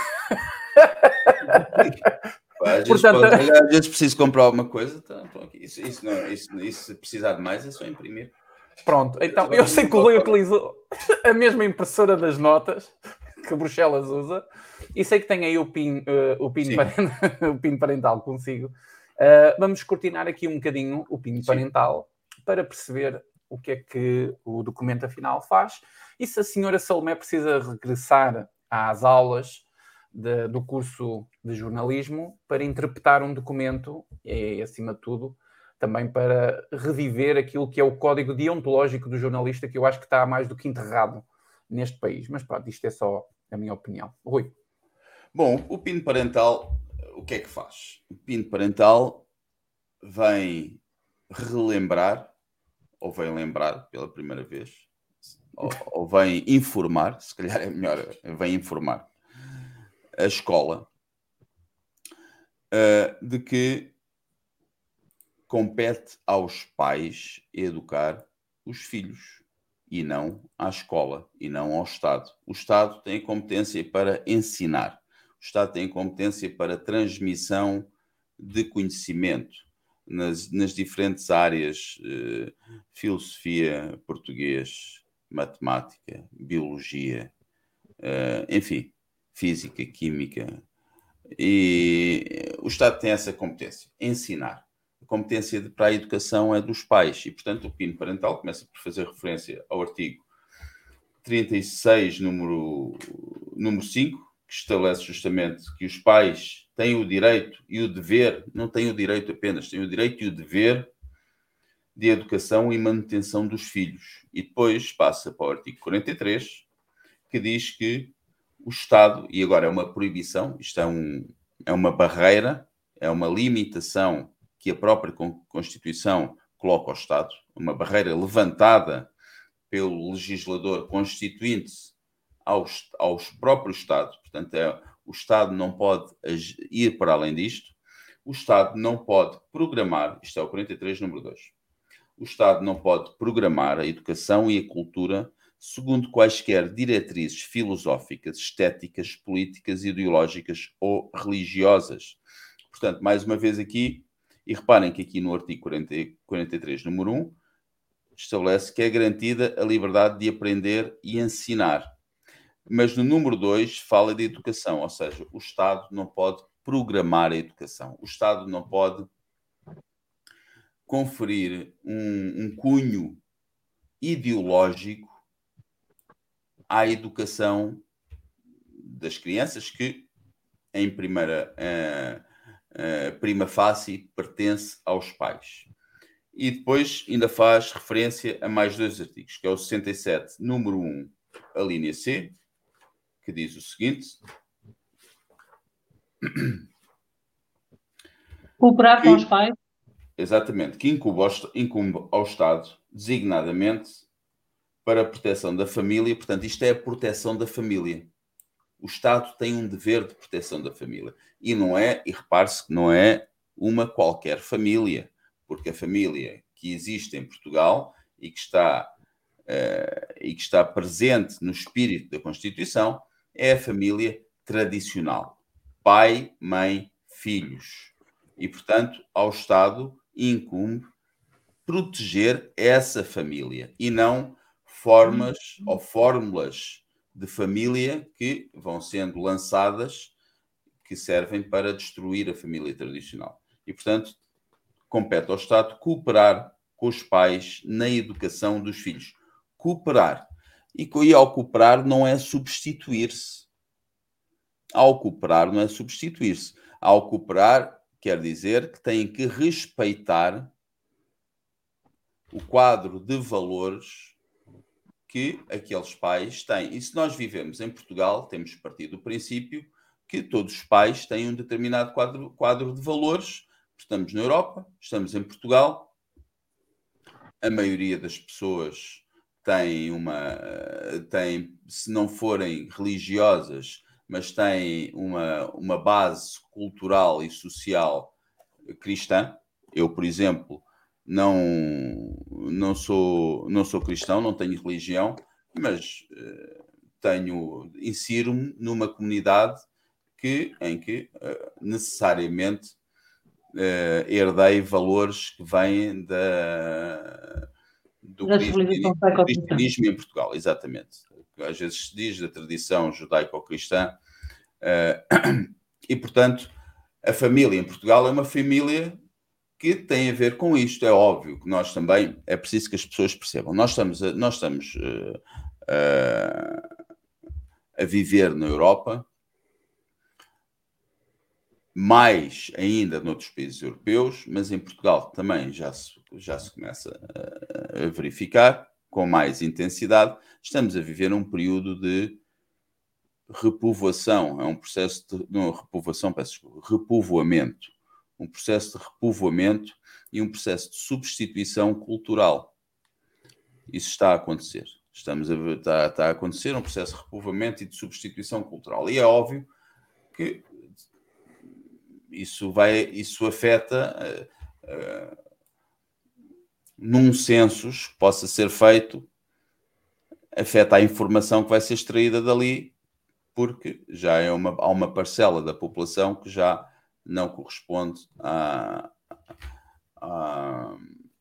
Às vezes, Portanto, pode, às vezes preciso comprar alguma coisa, tá, isso, isso, não, isso, isso, se precisar de mais é só imprimir. Pronto, então eu sei que o Rui utilizou a mesma impressora das notas que Bruxelas usa e sei que tem aí o P I N, uh, o P I N, parental, o P I N parental consigo. Uh, vamos escrutinar aqui um bocadinho o P I N parental Sim. para perceber o que é que o documento afinal faz e se a senhora Salomé precisa regressar às aulas de, do curso de jornalismo para interpretar um documento e, acima de tudo, também para reviver aquilo que é o código deontológico do jornalista, que eu acho que está mais do que enterrado neste país. Mas pronto, isto é só a minha opinião. Rui. Bom, o P I N parental, o que é que faz? O P I N parental vem relembrar, ou vem lembrar pela primeira vez, ou, ou vem informar, se calhar é melhor, vem informar a escola uh, de que compete aos pais educar os filhos e não à escola e não ao Estado. O Estado tem a competência para ensinar. O Estado tem a competência para transmissão de conhecimento nas, nas diferentes áreas, eh, filosofia, português, matemática, biologia, eh, enfim, física, química. E o Estado tem essa competência, ensinar. A competência de, para a educação é dos pais e, portanto, o P I N parental começa por fazer referência ao artigo trinta e seis, número, número cinco, que estabelece justamente que os pais têm o direito e o dever, não têm o direito apenas, têm o direito e o dever de educação e manutenção dos filhos. E depois passa para o artigo quarenta e três, que diz que o Estado, e agora é uma proibição, isto é, um, é uma barreira, é uma limitação que a própria Constituição coloca ao Estado, uma barreira levantada pelo legislador constituinte aos, aos próprios Estados, portanto, é, o Estado não pode ir para além disto, o Estado não pode programar, isto é o quarenta e três, número dois, o Estado não pode programar a educação e a cultura segundo quaisquer diretrizes filosóficas, estéticas, políticas, ideológicas ou religiosas. Portanto, mais uma vez aqui, e reparem que aqui no artigo quarenta, quarenta e três, número um, estabelece que é garantida a liberdade de aprender e ensinar. Mas no número dois fala de educação, ou seja, o Estado não pode programar a educação. O Estado não pode conferir um, um cunho ideológico à educação das crianças que, em primeira, uh, uh, prima facie, pertence aos pais. E depois ainda faz referência a mais dois artigos, que é o sessenta e sete, número um, a linha C, que diz o seguinte... Cooperar que, com os pais. Exatamente, que incumbe ao, incumbe ao Estado, designadamente, para a proteção da família. Portanto, isto é a proteção da família. O Estado tem um dever de proteção da família. E não é, e repare-se que não é uma qualquer família, porque a família que existe em Portugal e que está uh, e que está presente no espírito da Constituição é a família tradicional. Pai, mãe, filhos. E, portanto, ao Estado incumbe proteger essa família e não formas ou fórmulas de família que vão sendo lançadas que servem para destruir a família tradicional. E, portanto, compete ao Estado cooperar com os pais na educação dos filhos. Cooperar. E, e ao cooperar não é substituir-se. Ao cooperar não é substituir-se. Ao cooperar quer dizer que têm que respeitar o quadro de valores que aqueles pais têm. E se nós vivemos em Portugal, temos partido do princípio que todos os pais têm um determinado quadro, quadro de valores. Estamos na Europa, estamos em Portugal, a maioria das pessoas tem uma, tem, se não forem religiosas, mas têm uma, uma base cultural e social cristã. Eu, por exemplo, não, não, sou, não sou cristão, não tenho religião, mas uh, tenho, insiro-me numa comunidade que, em que uh, necessariamente uh, herdei valores que vêm da, do cristianismo, do cristianismo em Portugal, exatamente. Às vezes se diz da tradição judaico-cristã, uh, e, portanto, a família em Portugal é uma família que tem a ver com isto. É óbvio que nós também, é preciso que as pessoas percebam, nós estamos a, nós estamos, uh, uh, a viver na Europa, mais ainda noutros países europeus, mas em Portugal também já se, já se começa a, a verificar com mais intensidade. Estamos a viver um período de repovoação, é um processo de não, repovoação, peço desculpa, repovoamento, um processo de repovoamento e um processo de substituição cultural. Isso está a acontecer. Estamos a, está, está a acontecer um processo de repovoamento e de substituição cultural. E é óbvio que isso, vai, isso afeta uh, uh, num census que possa ser feito, afeta a informação que vai ser extraída dali, porque já é uma, há uma parcela da população que já não corresponde à, à,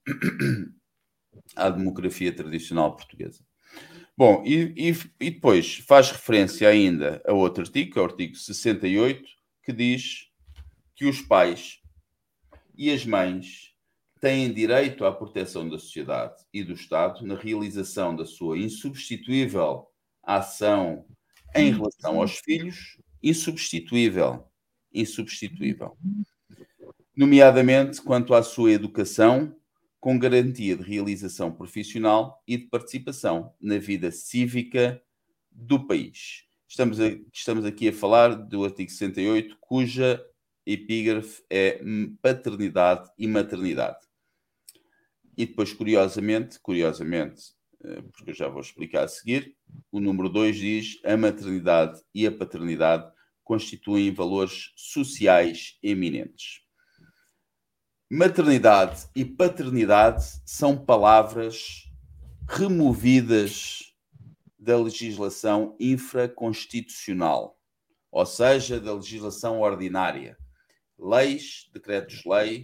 à demografia tradicional portuguesa. Bom, e, e, e depois faz referência ainda a outro artigo, que é o artigo sessenta e oito, que diz que os pais e as mães têm direito à proteção da sociedade e do Estado na realização da sua insubstituível ação em relação aos filhos, insubstituível, insubstituível, nomeadamente quanto à sua educação, com garantia de realização profissional e de participação na vida cívica do país. Estamos, a, estamos aqui a falar do artigo sessenta e oito, cuja epígrafe é paternidade e maternidade. E depois, curiosamente, curiosamente, porque eu já vou explicar a seguir, o número dois diz: a maternidade e a paternidade constituem valores sociais eminentes. Maternidade e paternidade são palavras removidas da legislação infraconstitucional, ou seja, da legislação ordinária. Leis, decretos-lei,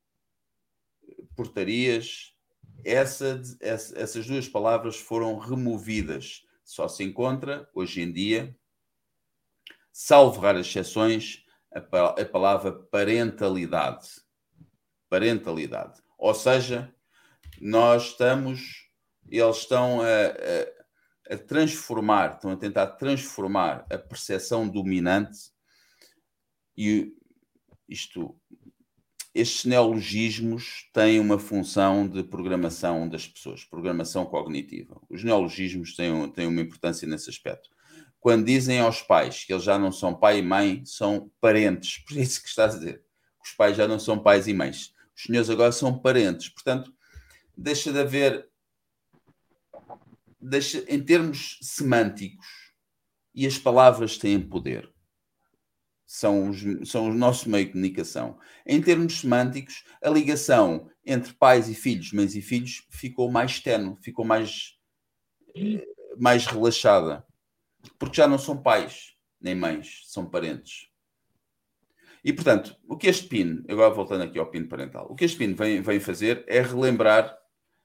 portarias, essa, essa, essas duas palavras foram removidas. Só se encontra, hoje em dia, salvo raras exceções, a, a palavra parentalidade. Parentalidade. Ou seja, nós estamos, eles estão a, a, a transformar, estão a tentar transformar a percepção dominante e isto, estes neologismos têm uma função de programação das pessoas, programação cognitiva. Os neologismos têm, têm uma importância nesse aspecto. Quando dizem aos pais que eles já não são pai e mãe, são parentes. Por isso que está a dizer. Os pais já não são pais e mães. Os senhores agora são parentes. Portanto, deixa de haver... Deixa, em termos semânticos, e as palavras têm poder. São os, são o nosso meio de comunicação. Em termos semânticos, a ligação entre pais e filhos, mães e filhos, ficou mais ténue, ficou mais mais relaxada, porque já não são pais nem mães, são parentes. E, portanto, o que este P I N, agora voltando aqui ao P I N parental, o que este P I N vem, vem fazer é relembrar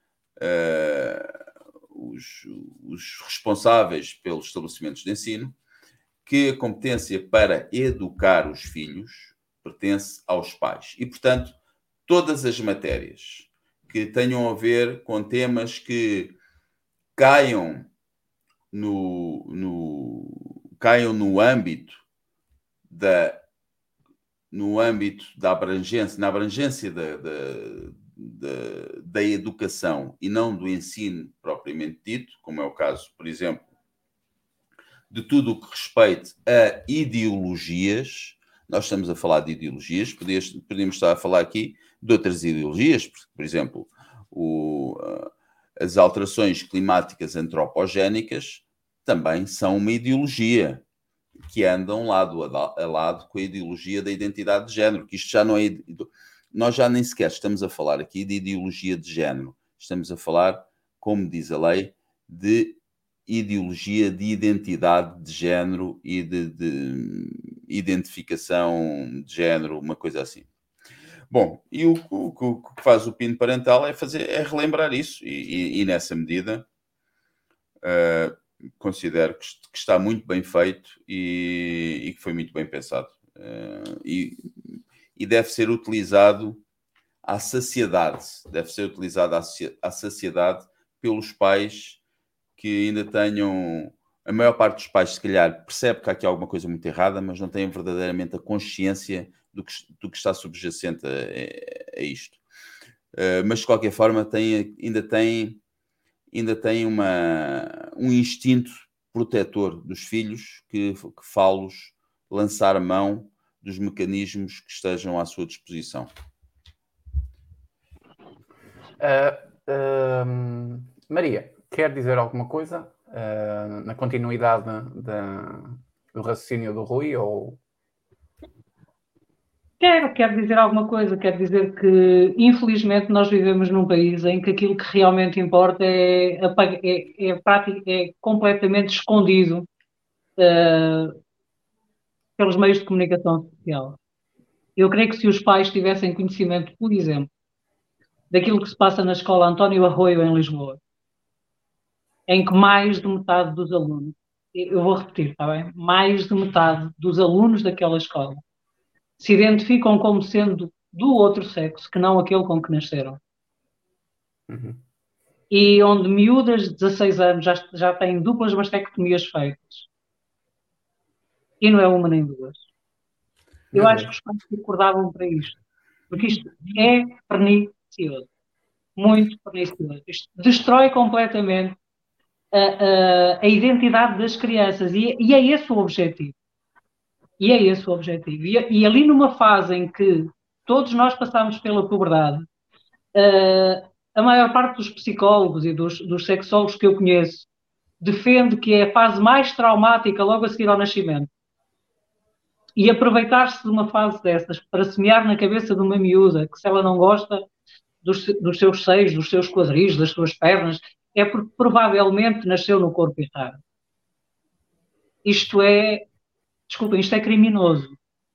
uh, os, os responsáveis pelos estabelecimentos de ensino que a competência para educar os filhos pertence aos pais. E, portanto, todas as matérias que tenham a ver com temas que caiam no, no, caiam no âmbito da no âmbito da abrangência, na abrangência da, da, da, da educação e não do ensino propriamente dito, como é o caso, por exemplo, de tudo o que respeite a ideologias. Nós estamos a falar de ideologias, podíamos, podíamos estar a falar aqui de outras ideologias, por exemplo, o, as alterações climáticas antropogénicas também são uma ideologia que andam lado a lado com a ideologia da identidade de género, que isto já não é... Nós já nem sequer estamos a falar aqui de ideologia de género, estamos a falar, como diz a lei, de ideologia de identidade de género e de, de identificação de género, uma coisa assim. Bom, e o, o, o que faz o P I N parental é, fazer, é relembrar isso, e, e, e nessa medida... Uh, considero que, que está muito bem feito e, e que foi muito bem pensado. Uh, e, e deve ser utilizado à saciedade, deve ser utilizado à, à saciedade pelos pais que ainda tenham... A maior parte dos pais, se calhar, percebe que há aqui alguma coisa muito errada, mas não têm verdadeiramente a consciência do que, do que está subjacente a, a, a isto. Uh, mas, de qualquer forma, tem, ainda tem... ainda tem uma, um instinto protetor dos filhos que, que fá-los lançar a mão dos mecanismos que estejam à sua disposição. Uh, uh, Maria, quer dizer alguma coisa uh, na continuidade da, do raciocínio do Rui? Ou... Quero, quero dizer alguma coisa, quero dizer que, infelizmente, nós vivemos num país em que aquilo que realmente importa é, é, é, é completamente escondido uh, pelos meios de comunicação social. Eu creio que se os pais tivessem conhecimento, por exemplo, daquilo que se passa na escola António Arroio, em Lisboa, em que mais de metade dos alunos, eu vou repetir, está bem? Mais de metade dos alunos daquela escola se identificam como sendo do outro sexo, que não aquele com que nasceram. Uhum. E onde miúdas de dezasseis anos já, já têm duplas mastectomias feitas. E não é uma nem duas. Eu Meu acho Deus. que os pais se acordavam para isto. Porque isto é pernicioso. Muito pernicioso. Isto destrói completamente a, a, a identidade das crianças. E, e é esse o objetivo. E é esse o objetivo. E, e ali numa fase em que todos nós passamos pela puberdade, uh, a maior parte dos psicólogos e dos, dos sexólogos que eu conheço defende que é a fase mais traumática logo a seguir ao nascimento. E aproveitar-se de uma fase dessas para semear na cabeça de uma miúda que se ela não gosta dos, dos seus seios, dos seus quadris, das suas pernas, é porque provavelmente nasceu no corpo errado. Isto é... Desculpem, isto é criminoso.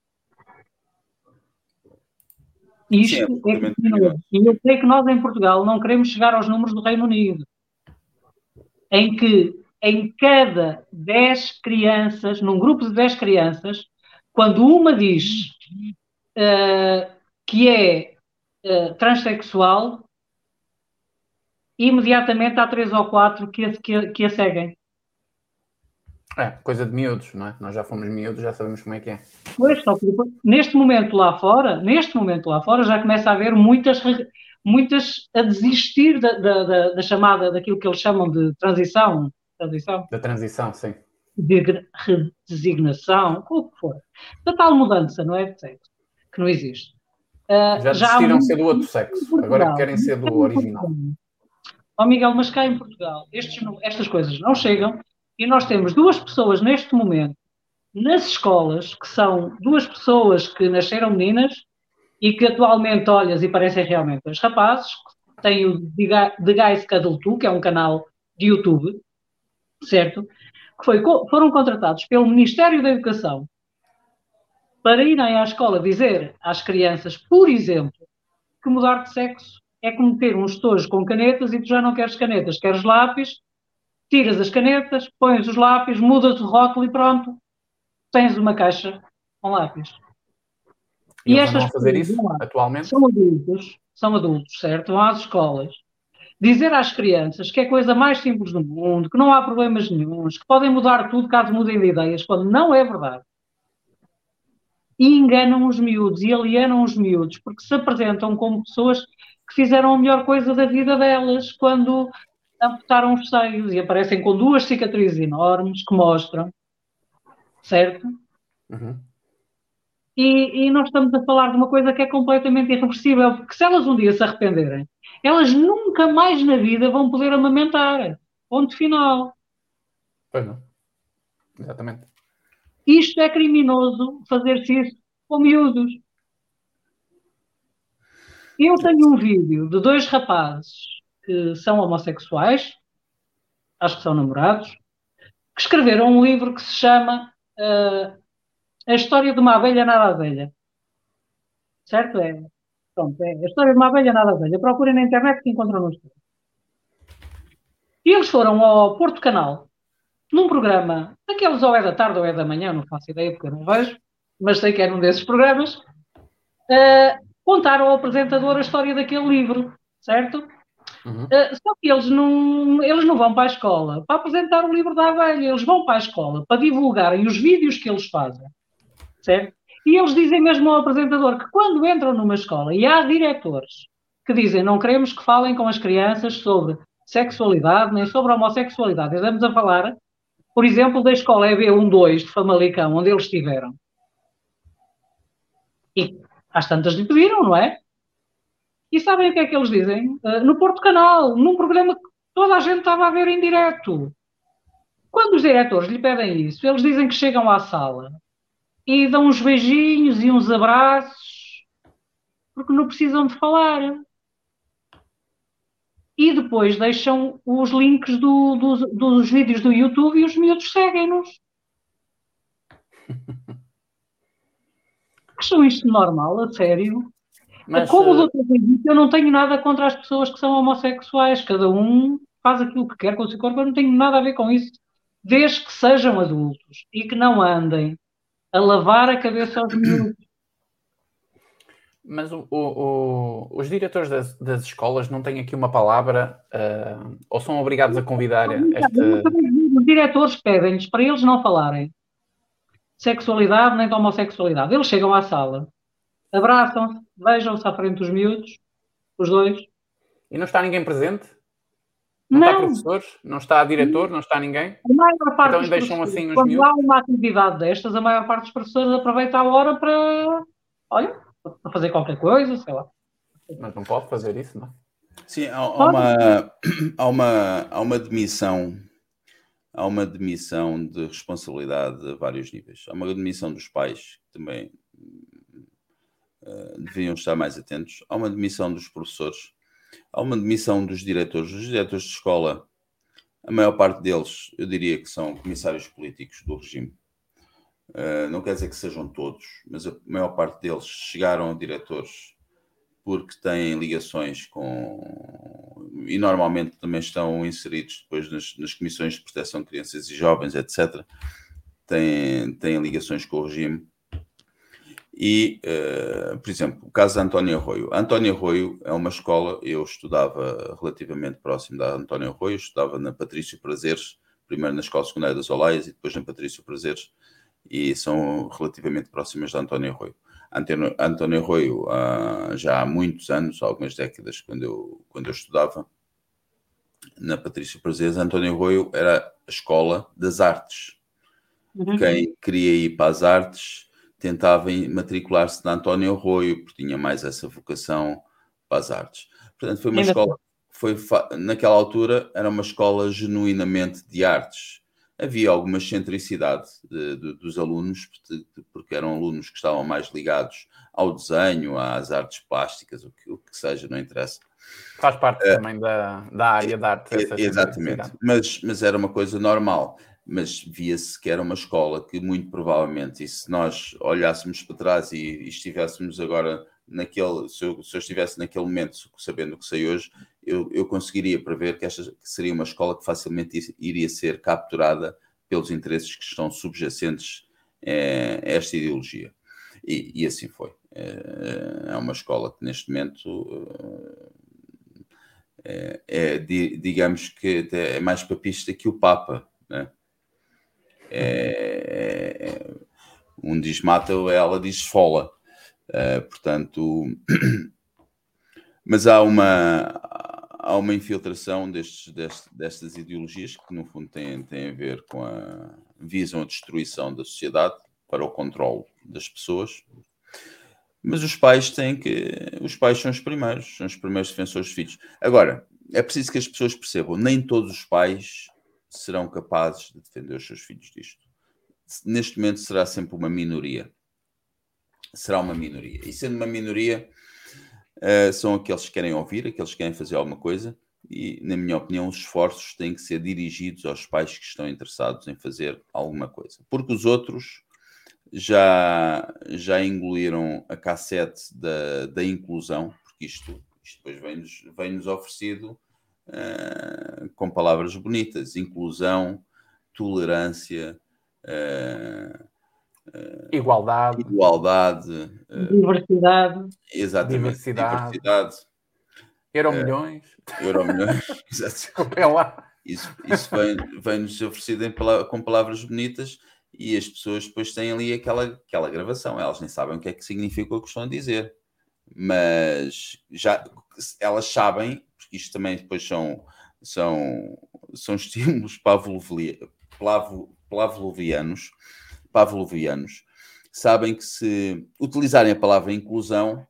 Isto Sim, é, é criminoso. criminoso. E eu sei que nós em Portugal não queremos chegar aos números do Reino Unido, em que em cada dez crianças, num grupo de dez crianças, quando uma diz uh, que é uh, transexual, imediatamente há três ou quatro que a, que a, que a seguem. É, coisa de miúdos, não é? Nós já fomos miúdos, já sabemos como é que é. Pois, só que depois, neste momento lá fora, neste momento lá fora, já começa a haver muitas, muitas a desistir da, da, da, da chamada, daquilo que eles chamam de transição. transição. Da transição, sim. De redesignação, o que for. Da tal mudança, não é? De sexo, que não existe. Uh, já desistiram de ser do outro sexo, agora querem ser do original. Ó oh, Miguel, mas cá em Portugal, estes, estas coisas não chegam. E nós temos duas pessoas neste momento nas escolas, que são duas pessoas que nasceram meninas e que atualmente olhas e parecem realmente os rapazes. Tem o The Guys Cuddle Two, que é um canal de YouTube, certo? Que foi, foram contratados pelo Ministério da Educação para irem à escola dizer às crianças, por exemplo, que mudar de sexo é como ter uns tojos com canetas e tu já não queres canetas, queres lápis, tiras as canetas, pões os lápis, mudas o rótulo e pronto, tens uma caixa com lápis. E, e eles andam a fazer isso lá, atualmente? São adultos, são adultos, certo? Vão às escolas dizer às crianças que é a coisa mais simples do mundo, que não há problemas nenhuns, que podem mudar tudo caso mudem de ideias, quando não é verdade. E enganam os miúdos e alienam os miúdos, porque se apresentam como pessoas que fizeram a melhor coisa da vida delas quando amputaram os seios e aparecem com duas cicatrizes enormes que mostram, certo? Uhum. E, e nós estamos a falar de uma coisa que é completamente irreversível, porque se elas um dia se arrependerem, elas nunca mais na vida vão poder amamentar. Ponto final. Pois não. Exatamente. Isto é criminoso, fazer-se isso com miúdos. Eu tenho um vídeo de dois rapazes que são homossexuais, acho que são namorados, que escreveram um livro que se chama uh, A História de uma Abelha Nada Abelha. Certo? É, pronto, é a história de uma abelha nada abelha. Procurem na internet que encontram no estudo. E eles foram ao Porto Canal, num programa, daqueles ou é da tarde ou é da manhã, não faço ideia porque eu não vejo, mas sei que é num desses programas, uh, contaram ao apresentador a história daquele livro, certo? Uhum. Uh, só que eles não, eles não vão para a escola para apresentar o livro da abelha, eles vão para a escola para divulgarem os vídeos que eles fazem, certo? E eles dizem mesmo ao apresentador que quando entram numa escola e há diretores que dizem não queremos que falem com as crianças sobre sexualidade nem sobre homossexualidade, estamos a falar, por exemplo, da escola E B um dois de Famalicão, onde eles estiveram. E às tantas lhe pediram, não é? E sabem o que é que eles dizem? Uh, no Porto Canal, num programa que toda a gente estava a ver em direto. Quando os diretores lhe pedem isso, eles dizem que chegam à sala e dão uns beijinhos e uns abraços, porque não precisam de falar. E depois deixam os links do, do, dos vídeos do YouTube e os miúdos seguem-nos. Acham isto normal, a sério? Mas, como o doutor disse, eu não tenho nada contra as pessoas que são homossexuais. Cada um faz aquilo que quer com o seu corpo. Eu não tenho nada a ver com isso. Desde que sejam adultos e que não andem a lavar a cabeça aos miúdos. Mas o, o, os diretores das, das escolas não têm aqui uma palavra uh, ou são obrigados a convidar esta... Os diretores pedem-lhes para eles não falarem de sexualidade nem de homossexualidade. Eles chegam à sala, abraçam-se, beijam-se à frente dos miúdos, os dois. E não está ninguém presente? Não, não está professores? Não está diretor? Não está ninguém? A maior parte então deixam assim os quando miúdos? há uma atividade destas, a maior parte dos professores aproveita a hora para, olha, para fazer qualquer coisa, sei lá. Mas não pode fazer isso, não? Sim, há, há, uma, há, uma, há uma demissão há uma demissão de responsabilidade a vários níveis. Há uma demissão dos pais, que também uh, deveriam estar mais atentos. Há uma demissão dos professores. Há uma demissão dos diretores. Os diretores de escola, a maior parte deles, eu diria que são comissários políticos do regime. Uh, não quer dizer que sejam todos, mas a maior parte deles chegaram a diretores porque têm ligações com... E normalmente também estão inseridos depois nas, nas comissões de proteção de crianças e jovens, etcétera. Têm, têm ligações com o regime. E, uh, por exemplo, o caso da António Arroio. A António Arroio é uma escola, eu estudava relativamente próximo da António Arroio, estudava na Patrício Prazeres, primeiro na Escola Secundária das Olaias e depois na Patrício Prazeres, e são relativamente próximas da António Arroio. António, António Arroio, uh, já há muitos anos, algumas décadas, quando eu, quando eu estudava na Patrício Prazeres, António Arroio era a escola das artes. Uhum. Quem queria ir para as artes tentava matricular-se na António Arroio, porque tinha mais essa vocação para as artes. Portanto, foi uma Ainda escola, foi, naquela altura, era uma escola genuinamente de artes. havia alguma excentricidade de, de, dos alunos, porque eram alunos que estavam mais ligados ao desenho, às artes plásticas, o que, o que seja, não interessa. Faz parte uh, também da, da área da arte. Essa exatamente, mas, mas era uma coisa normal. Mas via-se que era uma escola que muito provavelmente, e se nós olhássemos para trás e, e estivéssemos agora naquele, se eu, se eu estivesse naquele momento sabendo o que sei hoje, eu, eu conseguiria prever que esta que seria uma escola que facilmente iria ser capturada pelos interesses que estão subjacentes é, a esta ideologia. E, e assim foi. É, é uma escola que neste momento é, é, digamos que é mais papista que o Papa, né? É, um diz mata, ela diz esfola. Uh, portanto, mas há uma, há uma infiltração destes, destes, destas ideologias que no fundo têm, têm a ver com a visam a destruição da sociedade para o controle das pessoas. Mas os pais têm que, os pais são os primeiros, são os primeiros defensores dos filhos. Agora, é preciso que as pessoas percebam, nem todos os pais serão capazes de defender os seus filhos disto. Neste momento será sempre uma minoria. Será uma minoria. E sendo uma minoria, uh, são aqueles que querem ouvir, aqueles que querem fazer alguma coisa, e, na minha opinião, os esforços têm que ser dirigidos aos pais que estão interessados em fazer alguma coisa. Porque os outros já, já engoliram a cassete da, da inclusão, porque isto, isto depois vem-nos, vem-nos oferecido uh, com palavras bonitas. Inclusão, tolerância... Uh, Uh, igualdade, igualdade uh, diversidade, exatamente, diversidade, diversidade Euromilhões, uh, Euromilhões, isso, isso vem, vem-nos oferecido em, com palavras bonitas e as pessoas depois têm ali aquela, aquela gravação, elas nem sabem o que é que significa o que estão a dizer, mas já elas sabem, porque isto também depois são, são, são estímulos pavlovianos, pavlovianos, sabem que se utilizarem a palavra inclusão,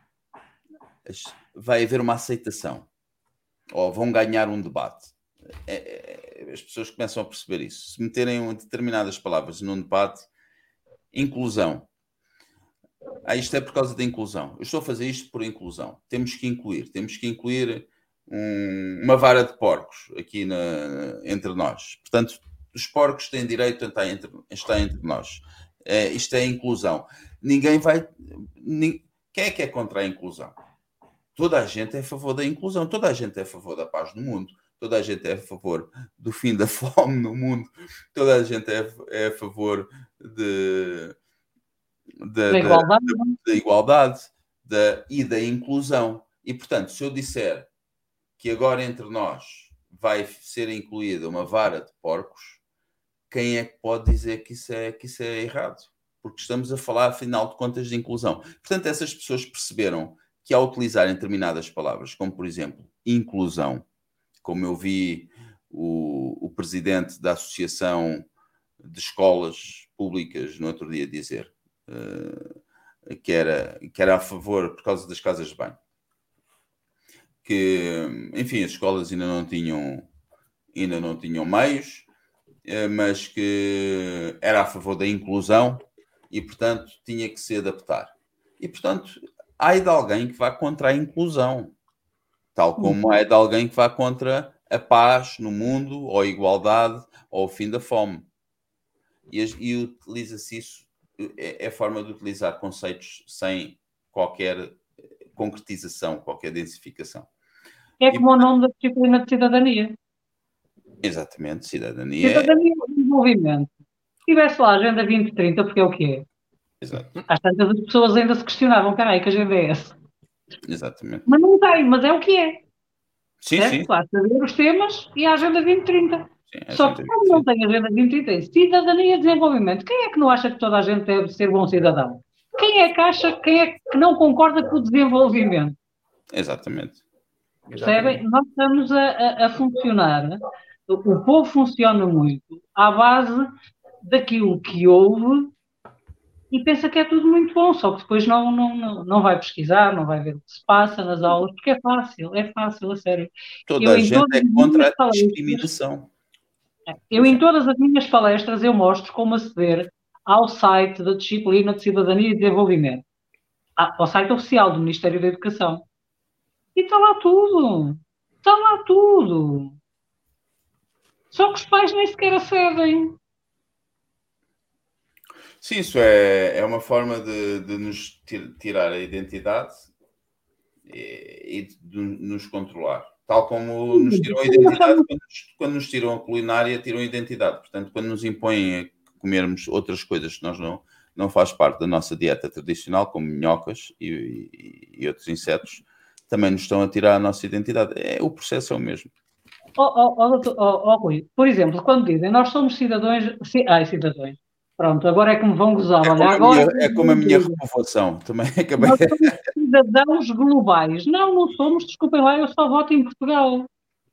vai haver uma aceitação, ou vão ganhar um debate. É, é, as pessoas começam a perceber isso. Se meterem determinadas palavras num debate, inclusão. Ah, isto é por causa da inclusão. Eu estou a fazer isto por inclusão. Temos que incluir. Temos que incluir um, uma vara de porcos aqui na, entre nós. Portanto, os porcos têm direito a estar entre, a estar entre nós. É, isto é inclusão. Ninguém vai... Ni, quem é que é contra a inclusão? Toda a gente é a favor da inclusão. Toda a gente é a favor da paz no mundo. Toda a gente é a favor do fim da fome no mundo. Toda a gente é, é a favor de, de, da igualdade, da, da igualdade da, e da inclusão. E, portanto, se eu disser que agora entre nós vai ser incluída uma vara de porcos, quem é que pode dizer que isso é, que isso é errado? Porque estamos a falar, afinal de contas, de inclusão. Portanto, essas pessoas perceberam que ao utilizarem determinadas palavras, como, por exemplo, inclusão, como eu vi o, o presidente da Associação de Escolas Públicas no outro dia dizer, uh, que, era, que era a favor, por causa das casas de banho, que, enfim, as escolas ainda não tinham, ainda não tinham meios, mas que era a favor da inclusão e, portanto, tinha que se adaptar. E, portanto, há de alguém que vá contra a inclusão, tal como há de alguém que vá contra a paz no mundo, ou a igualdade, ou o fim da fome. E, e utiliza-se isso, é, é a forma de utilizar conceitos sem qualquer concretização, qualquer densificação. É como e, o nome da disciplina de cidadania. Exatamente, cidadania. Cidadania é desenvolvimento. Se tivesse lá a Agenda vinte trinta, porque é o que é. Exato. Às tantas as pessoas ainda se questionavam, caralho, que agenda é essa? Exatamente. Mas não tem, mas é o que é. Sim, certo? sim. Basta ver os temas e a Agenda vinte trinta. Sim, Só que como não tem Agenda vinte trinta, tem cidadania e desenvolvimento. Quem é que não acha que toda a gente deve ser bom cidadão? Quem é que acha, quem é que não concorda com o desenvolvimento? Exatamente. Percebem? Nós estamos a, a, a funcionar, o povo funciona muito à base daquilo que houve e pensa que é tudo muito bom, só que depois não, não, não, não vai pesquisar, não vai ver o que se passa nas aulas, porque é fácil, é fácil, a sério. Toda Eu, a gente é contra a discriminação. Eu, em todas as minhas palestras, eu mostro como aceder ao site da Disciplina de Cidadania e Desenvolvimento, ao site oficial do Ministério da Educação. E está lá tudo. Está lá tudo. Só que os pais nem sequer acedem. Sim, isso é, é uma forma de, de nos tirar a identidade e, e de nos controlar. Tal como nos tiram a identidade, quando nos, quando nos tiram a culinária, tiram a identidade. Portanto, quando nos impõem a comermos outras coisas que nós não, não faz parte da nossa dieta tradicional, como minhocas e, e, e outros insetos, também nos estão a tirar a nossa identidade. É, o processo é o mesmo. Oh, oh, oh, doutor, oh, oh, Rui, por exemplo, quando dizem nós somos cidadãos... Ci, ai, cidadãos. Pronto, agora é que me vão gozar. É Olha, como agora... a minha, é como a minha repovoação. Também acabei... Nós somos cidadãos globais. Não, não somos, desculpem lá, eu só voto em Portugal.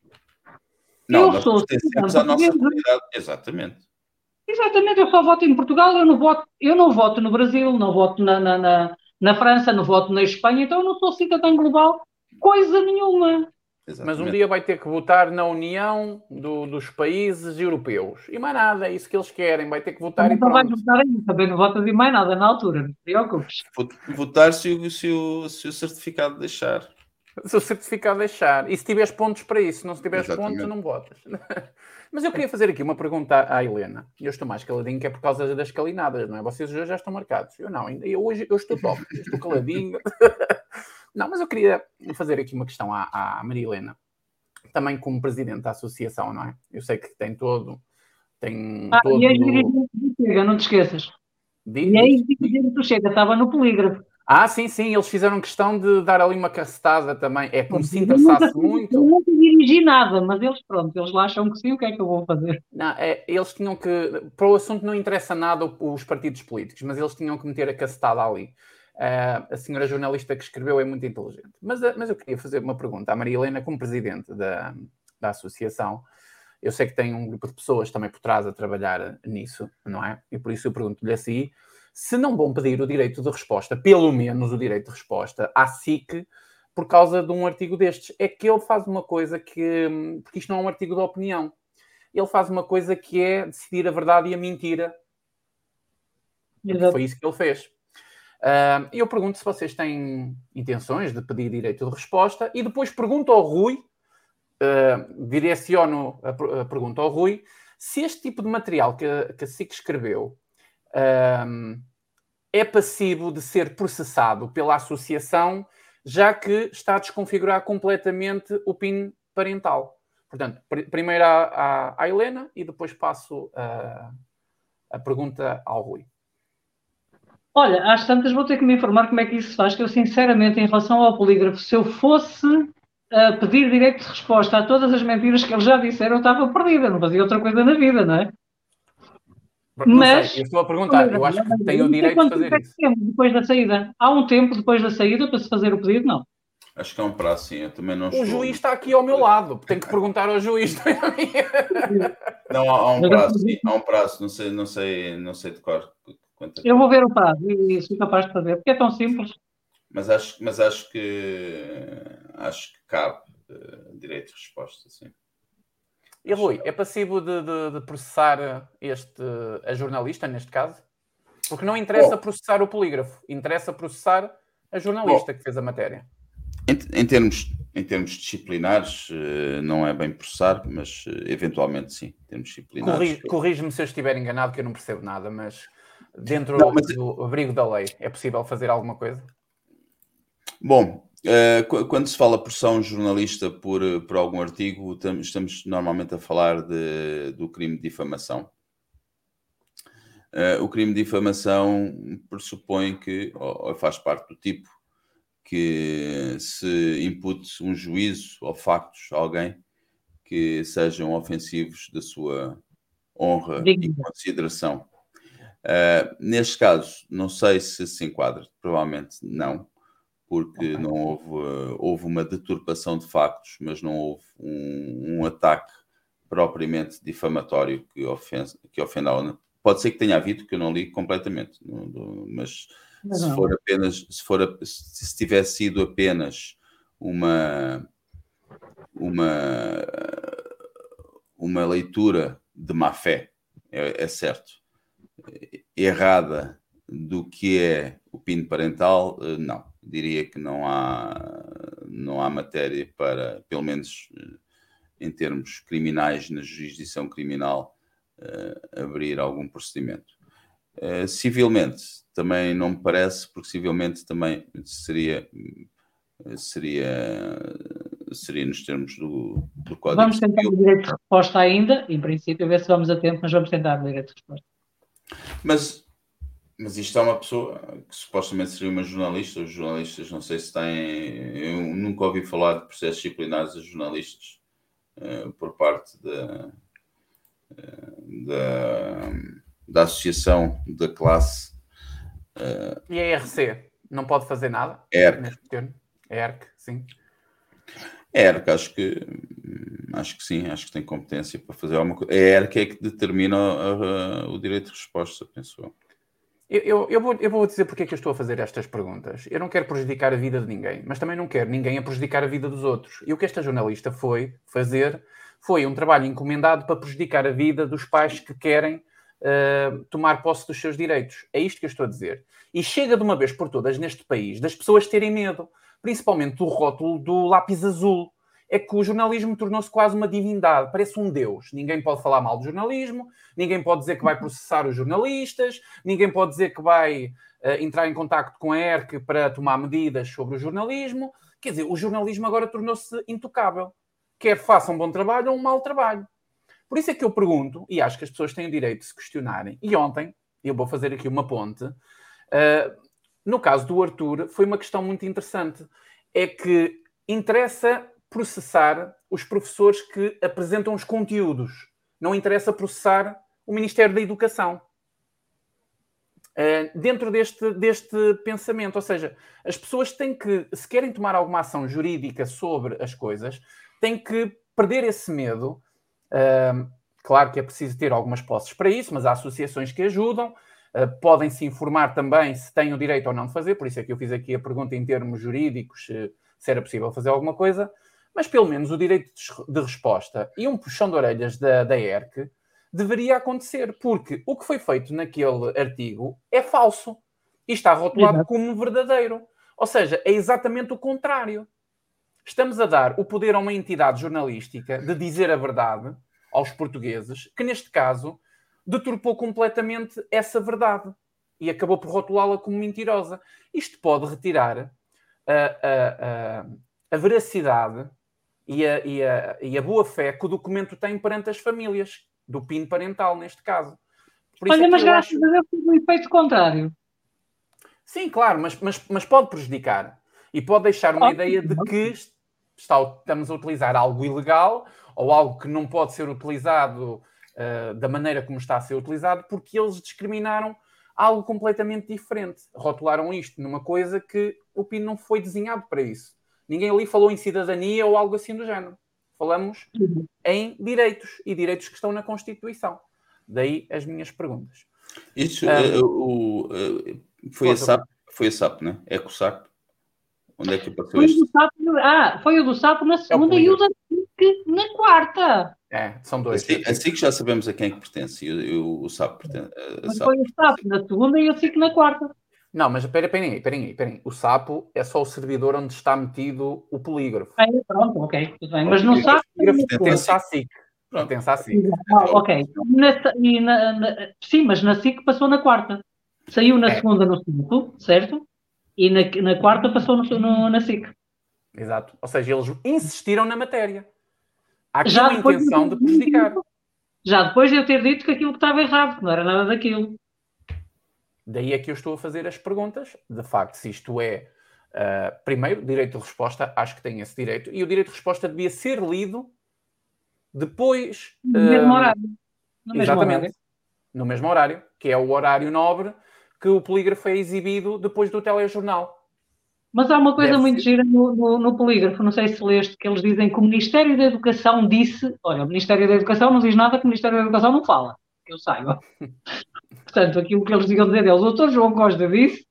Não, eu nós sou pertencemos à nossa comunidade. Exatamente. Exatamente, eu só voto em Portugal, eu não voto, eu não voto no Brasil, não voto na, na, na, na França, não voto na Espanha, então eu não sou cidadão global, coisa nenhuma. Exatamente. Mas um dia vai ter que votar na União do, dos países europeus. E mais nada, é isso que eles querem. Vai ter que votar não e pronto. Não vais votar aí, também não votas em mais nada na altura, não te preocupes. Votar se o, se o, se o certificado deixar. Se o certificado deixar. E se tiveres pontos para isso, não se tiveres Exatamente. pontos, não votas. Mas eu queria fazer aqui uma pergunta à Helena. Eu estou mais caladinho, que é por causa das calinadas, não é? Vocês hoje já estão marcados. Eu não, eu hoje eu estou top. Eu estou caladinho. Não, mas eu queria fazer aqui uma questão à, à Maria Helena. Também como presidente da associação, não é? Eu sei que tem todo... Tem ah, todo... e aí dirigente do Chega, não te esqueças. Diz, e aí dirigente do Chega, estava no polígrafo. Ah, sim, sim, eles fizeram questão de dar ali uma cacetada também. É como se interessasse muito. Eu nunca dirigi nada, mas eles, pronto, eles lá acham que sim, o que é que eu vou fazer? Não, é, eles tinham que... Para o assunto não interessa nada os partidos políticos, mas eles tinham que meter a cacetada ali. Uh, a senhora jornalista que escreveu é muito inteligente. Mas, mas eu queria fazer uma pergunta à Maria Helena, como presidente da, da associação. Eu sei que tem um grupo de pessoas também por trás a trabalhar nisso, não é? E por isso eu pergunto-lhe assim, se não vão pedir o direito de resposta, pelo menos o direito de resposta, à S I C, por causa de um artigo destes. É que ele faz uma coisa que... Porque isto não é um artigo de opinião. Ele faz uma coisa que é decidir a verdade e a mentira. Foi isso que ele fez. Uh, eu pergunto se vocês têm intenções de pedir direito de resposta e depois pergunto ao Rui, uh, direciono a, a pergunta ao Rui, se este tipo de material que, que a S I C escreveu uh, é passivo de ser processado pela associação, já que está a desconfigurar completamente o P I N parental. Portanto, pr primeiro à, à Helena e depois passo a, a pergunta ao Rui. Olha, às tantas vou ter que me informar como é que isso se faz, que eu sinceramente, em relação ao polígrafo, se eu fosse uh, pedir direito de resposta a todas as mentiras que eles já disseram, eu estava perdida, não fazia outra coisa na vida, não é? Não Mas, sei, eu estou a perguntar, eu acho que tenho o direito de fazer isso. Tempo depois da saída? Há um tempo depois da saída para se fazer o pedido? Não. Acho que é um prazo, sim, eu também não estou... O juiz está aqui ao meu lado, tenho que perguntar ao juiz. Não, há, há um prazo, sim, há um prazo, não sei, não sei, não sei de cor. Eu vou ver o prazo e sou capaz de fazer, porque é tão simples. Mas acho, mas acho que acho que cabe uh, direito de resposta, sim. E Rui, é passivo de, de, de processar este, a jornalista, neste caso? Porque não interessa bom, processar o polígrafo, interessa processar a jornalista bom, que fez a matéria. Em, em, termos, em termos disciplinares, uh, não é bem processar, mas uh, eventualmente sim, em termos disciplinares. Corrige, corrige-me se eu estiver enganado, que eu não percebo nada, mas dentro não, mas... do abrigo da lei, é possível fazer alguma coisa? Bom, uh, quando se fala pressão jornalista por, por algum artigo, estamos normalmente a falar de, do crime de difamação. Uh, o crime de difamação pressupõe que, ou faz parte do tipo, que se impute um juízo ou factos a alguém que sejam ofensivos da sua honra Digo. e consideração. Uh, neste caso, não sei se se enquadra, provavelmente não, porque okay. não houve, uh, houve uma deturpação de factos, mas não houve um, um ataque propriamente difamatório que ofende, que ofende a honra. Pode ser que tenha havido, que eu não li completamente, não, não, mas não. se for apenas, se, for, se tivesse sido apenas uma, uma, uma leitura de má fé, é, é certo. Errada do que é o P I N parental, não. Diria que não há, não há matéria para, pelo menos em termos criminais, na jurisdição criminal, uh, abrir algum procedimento. Uh, civilmente, também não me parece, porque civilmente também seria, seria, seria nos termos do, do Código Vamos tentar o direito de resposta ainda, em princípio, a ver se vamos a tempo, mas vamos tentar o direito de resposta. Mas, mas isto é uma pessoa que supostamente seria uma jornalista. Os jornalistas, não sei se têm... Eu nunca ouvi falar de processos disciplinares a jornalistas uh, por parte da, uh, da, da associação da classe. Uh, e a E R C? Não pode fazer nada? E R C. A E R C, sim. A E R C, acho que, acho que sim, acho que tem competência para fazer alguma coisa. A E R C é que determina a, a, o direito de resposta, penso eu. Eu, eu, eu, vou, eu vou dizer porque é que eu estou a fazer estas perguntas. Eu não quero prejudicar a vida de ninguém, mas também não quero ninguém a prejudicar a vida dos outros. E o que esta jornalista foi fazer foi um trabalho encomendado para prejudicar a vida dos pais que querem uh, tomar posse dos seus direitos. É isto que eu estou a dizer. E chega de uma vez por todas neste país das pessoas terem medo, principalmente do rótulo do lápis azul. É que o jornalismo tornou-se quase uma divindade, parece um deus. Ninguém pode falar mal do jornalismo, ninguém pode dizer que vai processar os jornalistas, ninguém pode dizer que vai uh, entrar em contacto com a E R C para tomar medidas sobre o jornalismo. Quer dizer, o jornalismo agora tornou-se intocável. Quer faça um bom trabalho ou um mau trabalho. Por isso é que eu pergunto, e acho que as pessoas têm o direito de se questionarem, e ontem, eu vou fazer aqui uma ponte, uh, no caso do Arthur, foi uma questão muito interessante. É que interessa processar os professores que apresentam os conteúdos. Não interessa processar o Ministério da Educação. Uh, dentro deste, deste pensamento, ou seja, as pessoas têm que, se querem tomar alguma ação jurídica sobre as coisas, têm que perder esse medo. Uh, claro que é preciso ter algumas posses para isso, mas há associações que ajudam. Uh, podem se informar também se têm o direito ou não de fazer, por isso é que eu fiz aqui a pergunta em termos jurídicos, se, se era possível fazer alguma coisa. Mas pelo menos o direito de resposta e um puxão de orelhas da, da E R C deveria acontecer, porque o que foi feito naquele artigo é falso e está rotulado Exato. Como verdadeiro. Ou seja, é exatamente o contrário. Estamos a dar o poder a uma entidade jornalística de dizer a verdade aos portugueses, que neste caso deturpou completamente essa verdade e acabou por rotulá-la como mentirosa. Isto pode retirar a, a, a, a veracidade E a, e, a, e a boa-fé que o documento tem perante as famílias, do P I N parental, neste caso. Por Olha, mas graças acho... a Deus tem um efeito contrário. Sim, claro, mas, mas, mas pode prejudicar. E pode deixar uma oh, ideia de que está, estamos a utilizar algo ilegal ou algo que não pode ser utilizado uh, da maneira como está a ser utilizado, porque eles discriminaram algo completamente diferente. Rotularam isto numa coisa que o P I N não foi desenhado para isso. Ninguém ali falou em cidadania ou algo assim do género. Falamos uhum. em direitos e direitos que estão na Constituição. Daí as minhas perguntas. Isso um, uh, uh, foi, a SAP, foi a SAP, né? É com o SAP? Onde é que passou foi este? O SAP, ah, foi o do SAP na segunda é e o da SIC na quarta. É, são dois. Assim, assim que já sabemos a quem é que pertence. E o, o SAP pertence. Mas SAP. Foi o SAP na segunda e o SIC na quarta. Não, mas espera, espera aí, espera aí, espera aí. O SAPO é só o servidor onde está metido o polígrafo. É, pronto, ok, tudo bem. Mas no SAPO... Pertence à SIC. Pertence à SIC. Ah, ok. Na, e na, na, sim, mas na SIC passou na quarta. Saiu na é. segunda no SIC, certo? E na, na quarta passou no, no, na SIC. Exato. Ou seja, eles insistiram na matéria. Há aqui já uma intenção de prejudicar. Já depois de eu ter dito que aquilo que estava errado, que não era nada daquilo. Daí é que eu estou a fazer as perguntas. De facto, se isto é, uh, primeiro, direito de resposta, acho que tem esse direito. E o direito de resposta devia ser lido depois... No uh, mesmo horário. No mesmo exatamente. Horário. No mesmo horário, que é o horário nobre que o polígrafo é exibido depois do telejornal. Mas há uma coisa Deve muito ser. gira no, no, no polígrafo, não sei se leste, que eles dizem que o Ministério da Educação disse... Olha, o Ministério da Educação não diz nada que o Ministério da Educação não fala, que eu saiba. Portanto, aquilo que eles digam dizer é o doutor João Costa disse.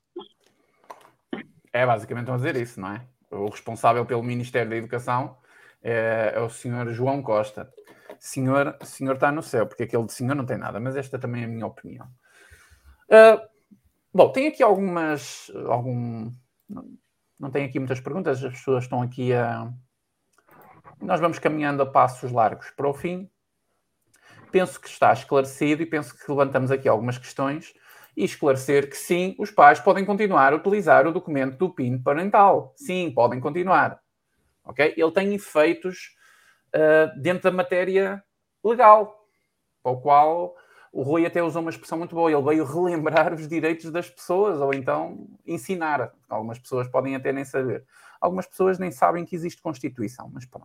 É, basicamente vão dizer isso, não é? O responsável pelo Ministério da Educação é, é o senhor João Costa. senhor, senhor está no céu, porque aquele de senhor não tem nada, mas esta também é a minha opinião. Uh, bom, tem aqui algumas... Algum, não, não tem aqui muitas perguntas, as pessoas estão aqui a... Nós vamos caminhando a passos largos para o fim. Penso que está esclarecido e penso que levantamos aqui algumas questões e esclarecer que sim, os pais podem continuar a utilizar o documento do P I N parental. Sim, podem continuar. Okay? Ele tem efeitos uh, dentro da matéria legal, para o qual o Rui até usou uma expressão muito boa. Ele veio relembrar os direitos das pessoas ou então ensinar. Algumas pessoas podem até nem saber. Algumas pessoas nem sabem que existe Constituição, mas pronto.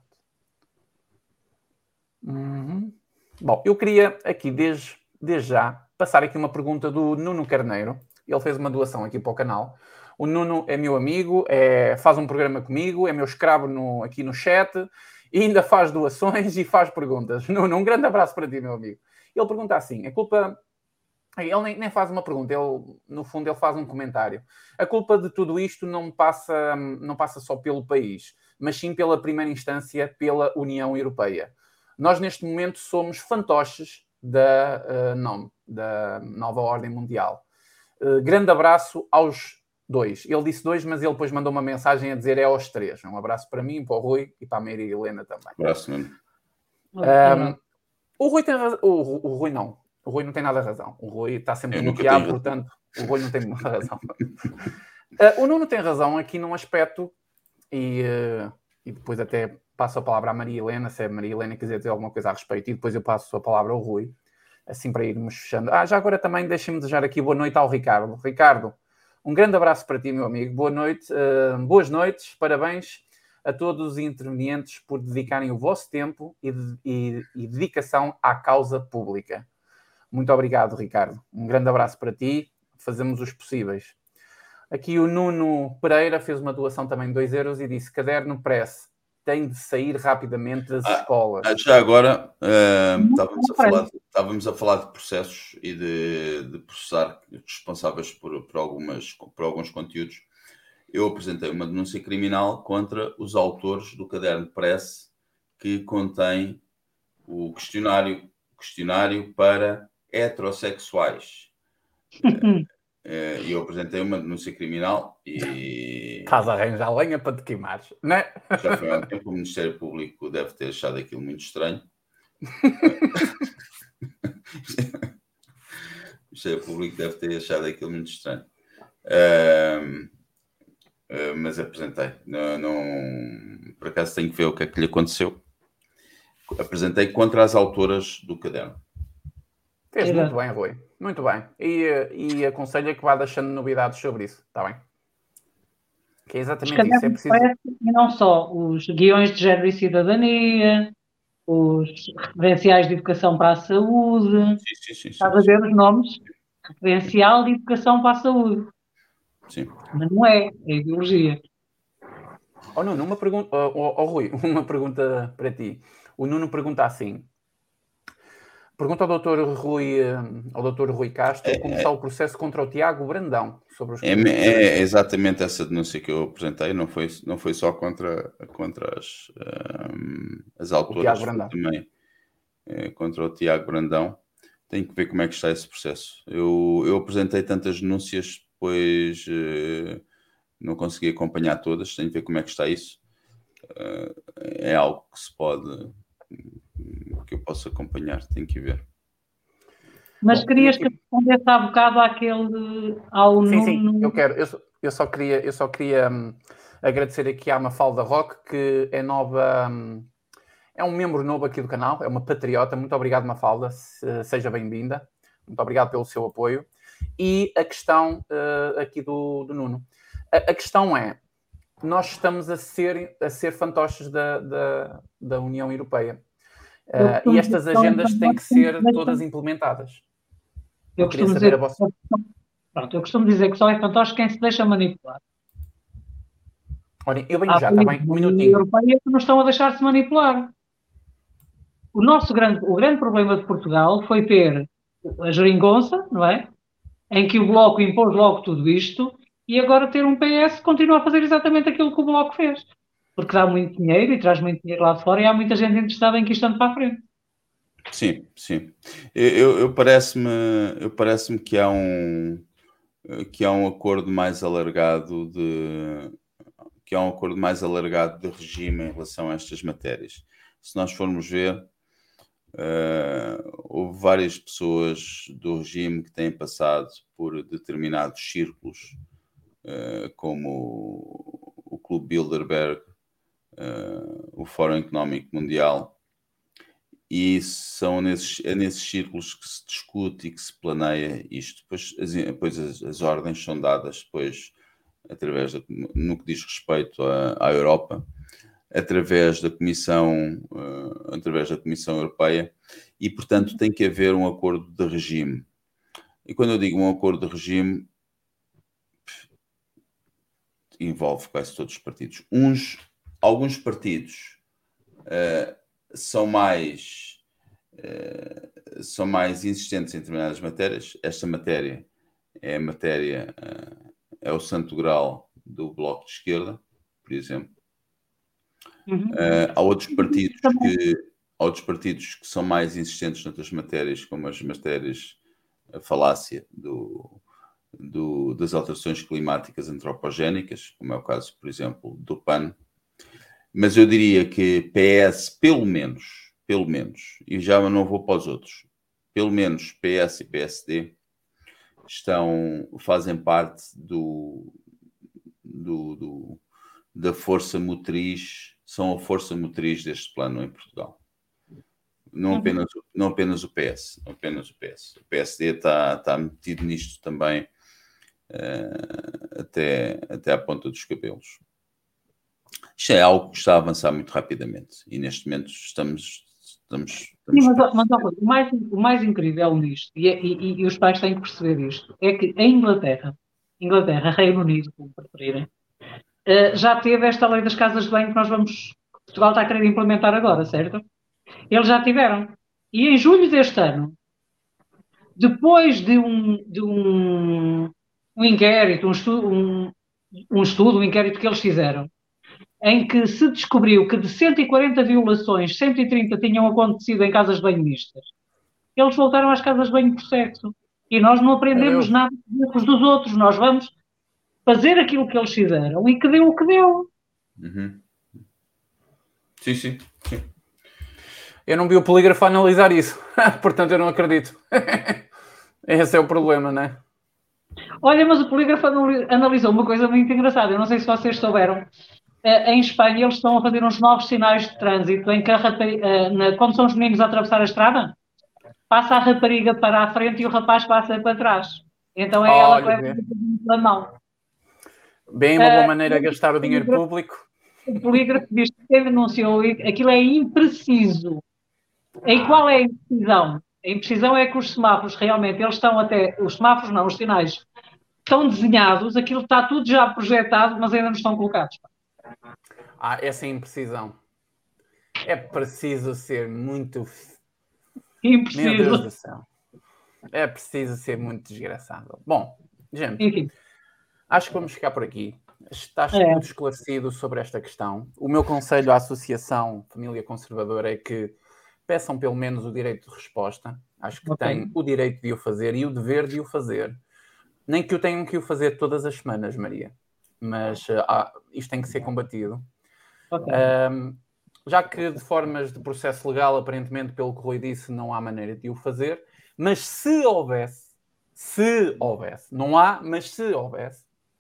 Uhum. Bom, eu queria aqui, desde, desde já, passar aqui uma pergunta do Nuno Carneiro. Ele fez uma doação aqui para o canal. O Nuno é meu amigo, é, faz um programa comigo, é meu escravo no, aqui no chat e ainda faz doações e faz perguntas. Nuno, um grande abraço para ti, meu amigo. Ele pergunta assim, a culpa... Ele nem, nem faz uma pergunta, ele, no fundo ele faz um comentário. A culpa de tudo isto não passa, não passa só pelo país, mas sim pela primeira instância, pela União Europeia. Nós, neste momento, somos fantoches da, uh, não, da nova ordem mundial. Uh, grande abraço aos dois. Ele disse dois, mas ele depois mandou uma mensagem a dizer é aos três. Um abraço para mim, para o Rui e para a Maria Helena também. Um abraço, Nuno. Um, o Rui tem razão. O, o Rui não. O Rui não tem nada de razão. O Rui está sempre bloqueado, portanto, o Rui não tem muita razão. Uh, o Nuno tem razão aqui num aspecto e, uh, e depois até passo a palavra à Maria Helena, se a Maria Helena quiser dizer alguma coisa a respeito, e depois eu passo a palavra ao Rui, assim para irmos fechando. Ah, já agora também deixem-me desejar aqui boa noite ao Ricardo. Ricardo, um grande abraço para ti, meu amigo. Boa noite, uh, boas noites, parabéns a todos os intervenientes por dedicarem o vosso tempo e, e, e dedicação à causa pública. Muito obrigado, Ricardo. Um grande abraço para ti. Fazemos os possíveis. Aqui o Nuno Pereira fez uma doação também de dois euros e disse: caderno press tem de sair rapidamente das ah, escolas. Já agora, uh, estávamos, a falar, estávamos a falar de processos e de, de processar responsáveis por, por, algumas, por alguns conteúdos. Eu apresentei uma denúncia criminal contra os autores do caderno press que contém o questionário, questionário para heterossexuais. E eu apresentei uma denúncia criminal e... Estás a arranjar lenha para te queimares, não é? Já foi há um tempo, o Ministério Público deve ter achado aquilo muito estranho. O Ministério Público deve ter achado aquilo muito estranho. Uh, uh, mas apresentei. Não, não, por acaso tenho que ver o que é que lhe aconteceu. Apresentei contra as autoras do caderno. Fez muito bem, Rui. Muito bem. E, e aconselho que vá deixando novidades sobre isso. Está bem? Que é exatamente isso. É preciso... E não só os guiões de género e cidadania, os referenciais de educação para a saúde. Sim, sim, sim. Estás a ver os nomes? Referencial de educação para a saúde. Sim. Mas não é. É ideologia. Oh, Nuno, uma pergunta... Oh, oh, oh, Rui, uma pergunta para ti. O Nuno pergunta assim... Pergunta ao doutor Rui, ao doutor Rui Castro é, como está o processo contra o Tiago Brandão sobre os... É, é exatamente essa denúncia que eu apresentei, não foi, não foi só contra, contra as, um, as autoras, foi também é, contra o Tiago Brandão. Tenho que ver como é que está esse processo. Eu, eu apresentei tantas denúncias, depois uh, não consegui acompanhar todas, tenho que ver como é que está isso. Uh, é algo que se pode... que eu posso acompanhar, tenho que ver. Mas Bom, querias aqui... que respondesse há bocado àquele... ao sim, Nuno... sim, eu quero. Eu, eu só queria, eu só queria um, agradecer aqui à Mafalda Roque, que é nova... Um, é um membro novo aqui do canal, é uma patriota. Muito obrigado, Mafalda. Se, seja bem-vinda. Muito obrigado pelo seu apoio. E a questão uh, aqui do, do Nuno. A, a questão é, nós estamos a ser, a ser fantoches da, da, da União Europeia. Uh, e estas agendas têm que ser todas implementadas. Eu costumo, dizer, a vossa... Pronto, eu costumo dizer que só é fantoche quem se deixa manipular. Olhem, eu venho já, está bem? Um minutinho. Europeia que não estão a deixar-se manipular. O nosso grande, o grande problema de Portugal foi ter a geringonça, não é? Em que o Bloco impôs logo tudo isto e agora ter um P S que continua a fazer exatamente aquilo que o Bloco fez. Porque dá muito dinheiro e traz muito dinheiro lá de fora e há muita gente interessada em que isto ande para a frente. Sim, sim. Eu, eu parece-me, eu parece-me que há um que há um acordo mais alargado de que há um acordo mais alargado de regime em relação a estas matérias. Se nós formos ver, uh, houve várias pessoas do regime que têm passado por determinados círculos, uh, como o, o Clube Bilderberg, uh, o Fórum Económico Mundial, e são nesses, é nesses círculos que se discute e que se planeia isto. Depois as, depois as, as ordens são dadas depois, através da, no que diz respeito à, à Europa, através da Comissão, uh, através da Comissão Europeia, e, portanto, tem que haver um acordo de regime. E quando eu digo um acordo de regime, envolve quase todos os partidos. Uns, alguns partidos uh, são mais uh, são mais insistentes em determinadas matérias. Esta matéria é a matéria, uh, é o santo grau do Bloco de Esquerda, por exemplo. Uhum. Uh, há outros partidos que há outros partidos que são mais insistentes noutras matérias, como as matérias, a falácia do, do, das alterações climáticas antropogénicas, como é o caso, por exemplo, do P A N. Mas eu diria que P S, pelo menos, pelo menos, e já não vou para os outros, pelo menos P S e P S D estão, fazem parte do, do, do da força motriz, são a força motriz deste plano em Portugal. Não apenas, não apenas o P S, não apenas o P S. O P S D está, está metido nisto também, uh, até, até à ponta dos cabelos. Isto é algo que está a avançar muito rapidamente e neste momento estamos... estamos, estamos Sim, mas, mas o, mais, o mais incrível nisto, e, e, e os pais têm que perceber isto, é que em Inglaterra, Inglaterra, Reino Unido, como preferirem, Uh, já teve esta lei das casas de banho que nós vamos, Portugal está a querer implementar agora, certo? Eles já tiveram. E em julho deste ano, depois de um, de um, um inquérito, um estudo, um, um estudo, um inquérito que eles fizeram, em que se descobriu que de cento e quarenta violações, cento e trinta tinham acontecido em casas de banho mistas, eles voltaram às casas de banho por sexo. E nós não aprendemos nada dos dos outros, nós vamos fazer aquilo que eles fizeram e que deu o que deu. Uhum. Sim, sim, sim. Eu não vi o polígrafo a analisar isso, portanto eu não acredito. Esse é o problema, não é? Olha, mas o polígrafo analisou uma coisa muito engraçada, eu não sei se vocês souberam. Em Espanha eles estão a fazer uns novos sinais de trânsito em que a rapariga, quando são os meninos a atravessar a estrada, passa a rapariga para a frente e o rapaz passa para trás. Então é ela que leva a mão. Bem, uma boa uh, maneira de gastar o dinheiro público. O polígrafo diz que quem denunciou aquilo é impreciso. E qual é a imprecisão? A imprecisão é que os semáforos realmente, eles estão até, os semáforos não, os sinais estão desenhados, aquilo está tudo já projetado, mas ainda não estão colocados. Ah, essa imprecisão. É preciso ser muito... Impreciso. Meu Deus do céu. É preciso ser muito desgraçado. Bom, gente... Enfim. Acho que vamos ficar por aqui. Está é. tudo esclarecido sobre esta questão. O meu conselho à Associação Família Conservadora é que peçam pelo menos o direito de resposta. Acho que okay. têm o direito de o fazer e o dever de o fazer. Nem que o tenham que o fazer todas as semanas, Maria. Mas uh, isto tem que ser combatido. Okay. Um, já que de formas de processo legal, aparentemente, pelo que o Rui disse, não há maneira de o fazer. Mas se houvesse, se houvesse, não há, mas se houvesse,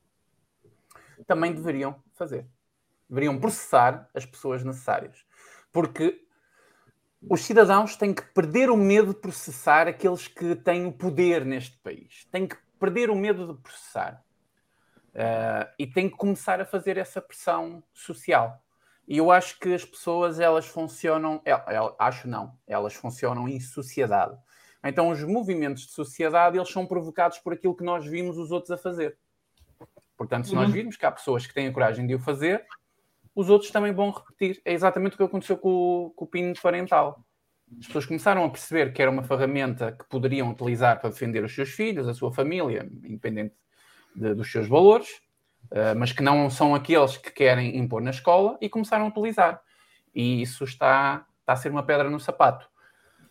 também deveriam fazer. Deveriam processar as pessoas necessárias. Porque os cidadãos têm que perder o medo de processar aqueles que têm o poder neste país. Têm que perder o medo de processar. Uh, e têm que começar a fazer essa pressão social. E eu acho que as pessoas, elas funcionam... El, el, acho não. Elas funcionam em sociedade. Então, os movimentos de sociedade, eles são provocados por aquilo que nós vimos os outros a fazer. Portanto, se nós virmos que há pessoas que têm a coragem de o fazer, os outros também vão repetir. É exatamente o que aconteceu com o, com o P I N parental. As pessoas começaram a perceber que era uma ferramenta que poderiam utilizar para defender os seus filhos, a sua família, independente de, dos seus valores, uh, mas que não são aqueles que querem impor na escola, e começaram a utilizar. E isso está, está a ser uma pedra no sapato.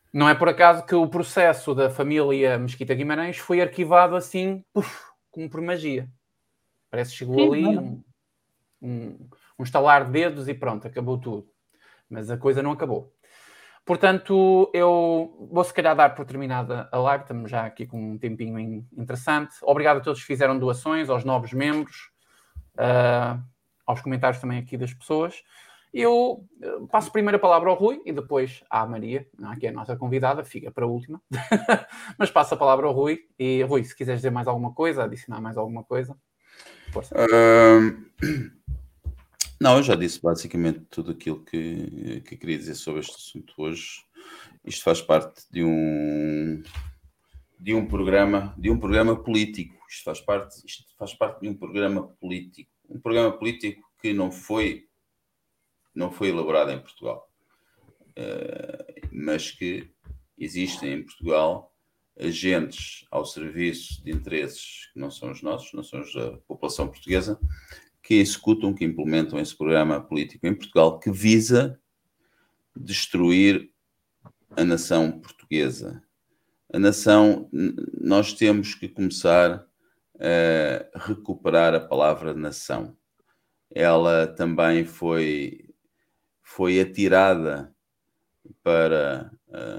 Não é por acaso que o processo da família Mesquita Guimarães foi arquivado assim, puf, como por magia. Parece que chegou Sim, ali um, um, um estalar de dedos e pronto, acabou tudo. Mas a coisa não acabou. Portanto, eu vou se calhar dar por terminada a live, estamos já aqui com um tempinho interessante. Obrigado a todos que fizeram doações, aos novos membros, uh, aos comentários também aqui das pessoas. Eu passo primeiro a palavra ao Rui e depois à Maria, que é a nossa convidada, fica para a última. Mas passo a palavra ao Rui. E Rui, se quiseres dizer mais alguma coisa, adicionar mais alguma coisa, força. Uh, não, eu já disse basicamente tudo aquilo que, que queria dizer sobre este assunto hoje. Isto faz parte de um de um programa de um programa político. Isto faz parte isto faz parte de um programa político, um programa político que não foi não foi elaborado em Portugal, uh, mas que existem em Portugal agentes ao serviço de interesses que não são os nossos, não são os da população portuguesa, que executam, que implementam esse programa político em Portugal, que visa destruir a nação portuguesa. A nação, nós temos que começar a recuperar a palavra nação. Ela também foi, foi atirada para,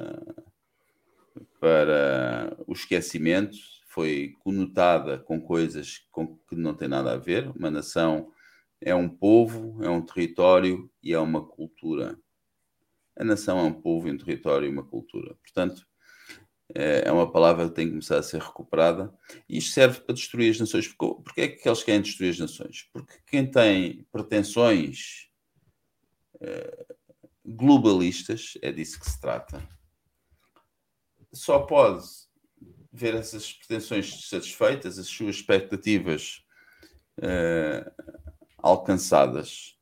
para o esquecimento, foi conotada com coisas com que não tem nada a ver. Uma nação é um povo, é um território e é uma cultura. A nação é um povo, um território e uma cultura. Portanto, é uma palavra que tem que começar a ser recuperada. E isto serve para destruir as nações. Porquê é que eles querem destruir as nações? Porque quem tem pretensões globalistas, é disso que se trata, só pode ver essas pretensões satisfeitas, as suas expectativas uh, alcançadas,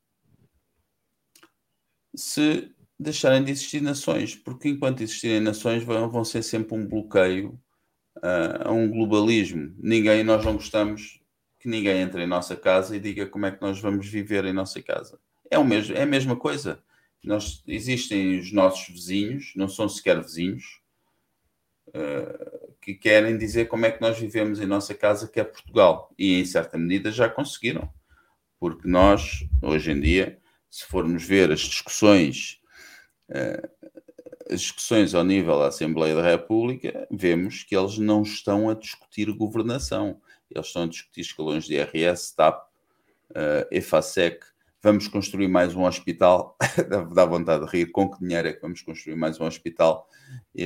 se deixarem de existir nações, porque enquanto existirem nações vão, vão ser sempre um bloqueio uh, a um globalismo. Ninguém, nós não gostamos que ninguém entre em nossa casa e diga como é que nós vamos viver em nossa casa. É, o mesmo, é a mesma coisa. Nós, existem os nossos vizinhos, não são sequer vizinhos, uh, que querem dizer como é que nós vivemos em nossa casa, que é Portugal. E em certa medida já conseguiram. Porque nós, hoje em dia, se formos ver as discussões as discussões ao nível da Assembleia da República, vemos que eles não estão a discutir governação. Eles estão a discutir escalões de I R S, T A P, uh, EFASEC. Vamos construir mais um hospital. Dá vontade de rir. Com que dinheiro é que vamos construir mais um hospital? E,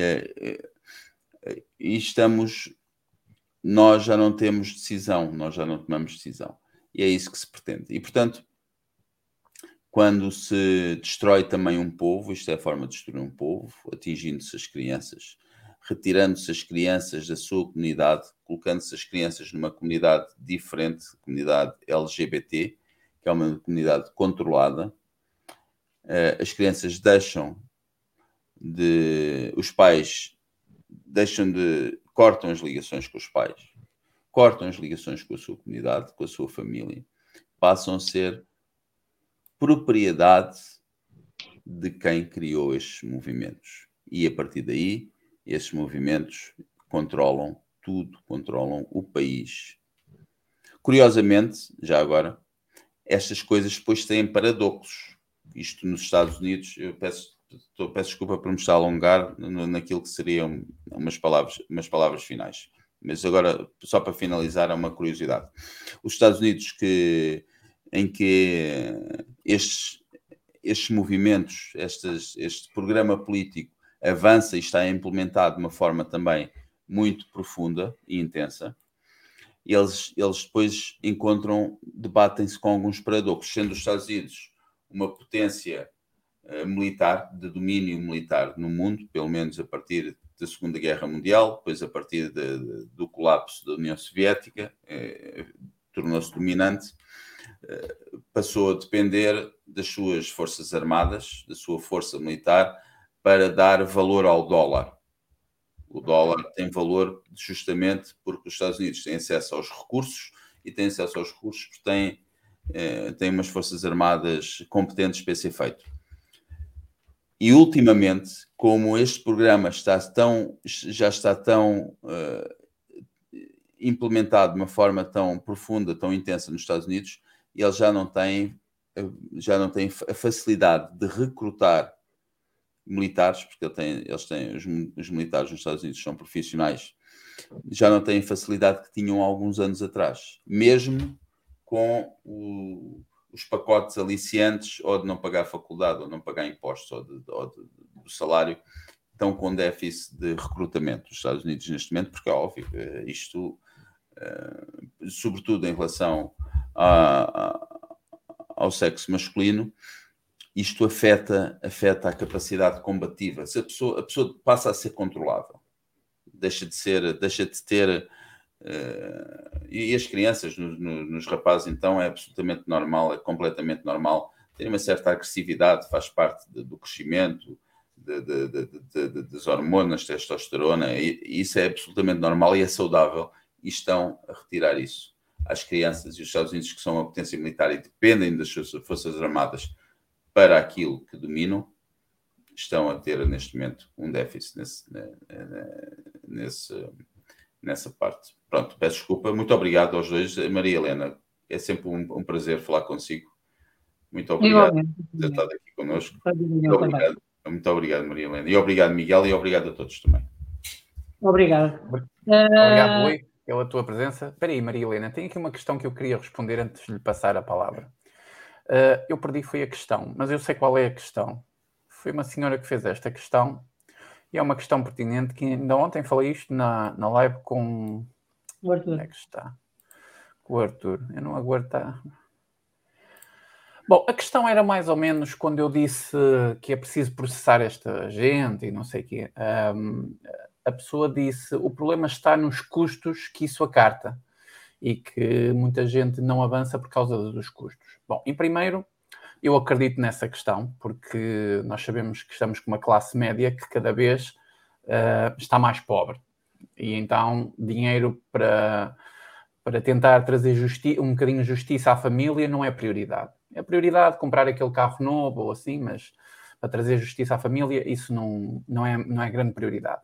e estamos... Nós já não temos decisão. Nós já não tomamos decisão. E é isso que se pretende. E, portanto, quando se destrói também um povo, isto é a forma de destruir um povo, atingindo-se as crianças, retirando-se as crianças da sua comunidade, colocando-se as crianças numa comunidade diferente, comunidade L G B T, que é uma comunidade controlada. As crianças deixam de... Os pais deixam de... cortam as ligações com os pais, cortam as ligações com a sua comunidade, com a sua família, passam a ser propriedade de quem criou estes movimentos. E a partir daí, esses movimentos controlam tudo, controlam o país. Curiosamente, já agora, estas coisas depois têm paradoxos. Isto nos Estados Unidos, eu peço, eu peço desculpa por me estar a alongar naquilo que seriam umas palavras, umas palavras finais. Mas agora, só para finalizar, é uma curiosidade. Os Estados Unidos que... em que estes, estes movimentos, estes, este programa político avança e está implementado de uma forma também muito profunda e intensa, eles, eles depois encontram, debatem-se com alguns paradoxos, sendo os Estados Unidos uma potência uh, militar, de domínio militar no mundo, pelo menos a partir da Segunda Guerra Mundial, depois a partir de, de, do colapso da União Soviética, eh, tornou-se dominante, passou a depender das suas forças armadas, da sua força militar, para dar valor ao dólar. O dólar tem valor justamente porque os Estados Unidos têm acesso aos recursos e têm acesso aos recursos porque têm, eh, têm umas forças armadas competentes para esse efeito. e ultimamente, como este programa está tão, já está tão uh, implementado de uma forma tão profunda, tão intensa nos Estados Unidos, eles já não têm, já não têm a facilidade de recrutar militares, porque ele tem, eles têm, os, os militares nos Estados Unidos são profissionais, já não têm a facilidade que tinham há alguns anos atrás, mesmo com o, os pacotes aliciantes, ou de não pagar faculdade, ou não pagar impostos, ou, de, ou de, do salário, estão com déficit de recrutamento nos Estados Unidos neste momento, porque é óbvio, isto, uh, sobretudo em relação a, a, ao sexo masculino, isto afeta, afeta a capacidade combativa. Se a pessoa, a pessoa passa a ser controlável, deixa de ser, deixa de ter, uh, e as crianças, no, no, nos rapazes, então, é absolutamente normal, é completamente normal, tem uma certa agressividade, faz parte de, do crescimento, de, de, de, de, de, das hormonas, testosterona, e, e isso é absolutamente normal e é saudável, e estão a retirar isso às crianças. E os Estados Unidos, que são uma potência militar e dependem das suas forças armadas para aquilo que dominam, estão a ter neste momento um déficit nesse, nesse, nessa parte. Pronto, peço desculpa. Muito obrigado aos dois. Maria Helena, é sempre um, um prazer falar consigo. Muito obrigado por ter estado aqui connosco. Muito obrigado. Muito obrigado, Maria Helena. E obrigado, Miguel, e obrigado a todos também. Obrigado. Obrigado, Rui, pela tua presença. Espera aí, Maria Helena, tem aqui uma questão que eu queria responder antes de lhe passar a palavra. Uh, eu perdi foi a questão, mas eu sei qual é a questão. Foi uma senhora que fez esta questão e é uma questão pertinente que ainda ontem falei isto na, na live com... O Arthur. Onde é que está? Com o Arthur. Eu não aguardo... Bom, a questão era mais ou menos quando eu disse que é preciso processar esta gente e não sei o quê. Um, a pessoa disse o problema está nos custos que isso acarta e que muita gente não avança por causa dos custos. Bom, em primeiro, eu acredito nessa questão, porque nós sabemos que estamos com uma classe média que cada vez uh, está mais pobre. E então, dinheiro para, para tentar trazer justi- um bocadinho de justiça à família não é prioridade. É prioridade comprar aquele carro novo ou assim, mas para trazer justiça à família, isso não, não, é, não é grande prioridade.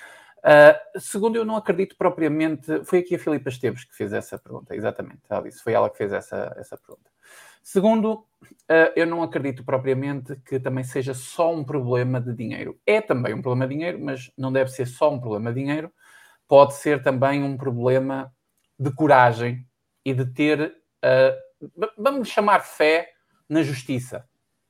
Uh, segundo, eu não acredito propriamente... Foi aqui a Filipa Esteves que fez essa pergunta, exatamente. Ela disse, foi ela que fez essa, essa pergunta. Segundo, uh, eu não acredito propriamente que também seja só um problema de dinheiro. É também um problema de dinheiro, mas não deve ser só um problema de dinheiro. Pode ser também um problema de coragem e de ter... Uh, vamos chamar fé na justiça.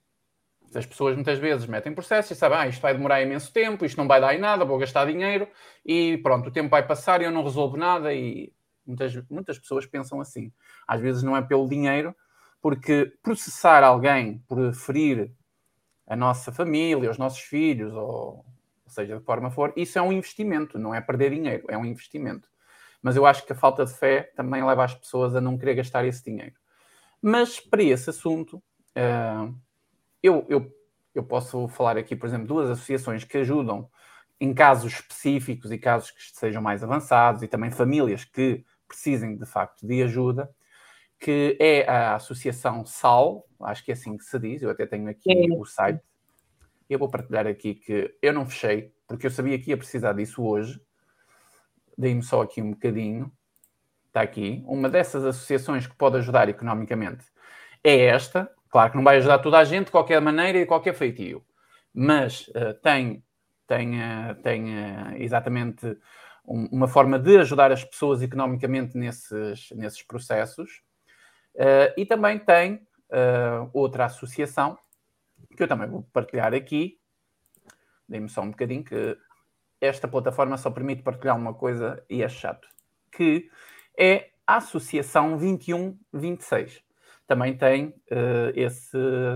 As pessoas muitas vezes metem processos e sabem, ah, isto vai demorar imenso tempo, isto não vai dar em nada, vou gastar dinheiro e pronto, o tempo vai passar e eu não resolvo nada e muitas, muitas pessoas pensam assim. Às vezes não é pelo dinheiro, porque processar alguém por ferir a nossa família, os nossos filhos, ou, ou seja, de forma for, isso é um investimento, não é perder dinheiro, é um investimento. Mas eu acho que a falta de fé também leva as pessoas a não querer gastar esse dinheiro. Mas para esse assunto, uh, eu, eu, eu posso falar aqui, por exemplo, duas associações que ajudam em casos específicos e casos que sejam mais avançados e também famílias que precisem, de facto, de ajuda, que é a Associação S A L, acho que é assim que se diz, eu até tenho aqui é. o site. Eu vou partilhar aqui que eu não fechei, porque eu sabia que ia precisar disso hoje. Dei-me só aqui um bocadinho. Está aqui. Uma dessas associações que pode ajudar economicamente é esta. Claro que não vai ajudar toda a gente de qualquer maneira e de qualquer feitio. Mas uh, tem, tem, uh, tem uh, exatamente um, uma forma de ajudar as pessoas economicamente nesses, nesses processos. Uh, e também tem uh, outra associação que eu também vou partilhar aqui. Dê-me só um bocadinho que esta plataforma só permite partilhar uma coisa e é chato. Que é a Associação vinte e um vinte e seis. Também tem uh, esse,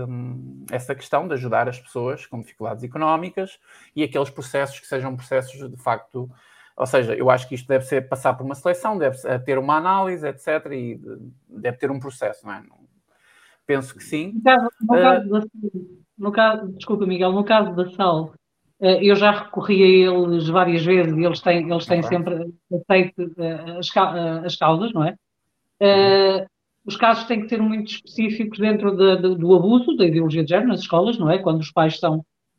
um, essa questão de ajudar as pessoas com dificuldades económicas e aqueles processos que sejam processos de facto... Ou seja, eu acho que isto deve ser passar por uma seleção, deve ter uma análise, etcétera. E deve ter um processo, não é? Penso que sim. No caso, no caso, uh, da, no caso desculpa, Miguel, no caso da S A L, eu já recorri a eles várias vezes e eles têm, eles têm okay. sempre aceito as, as causas, não é? Uhum. Uh, os casos têm que ser muito específicos dentro de, de, do abuso da ideologia de género nas escolas, não é? Quando os pais são,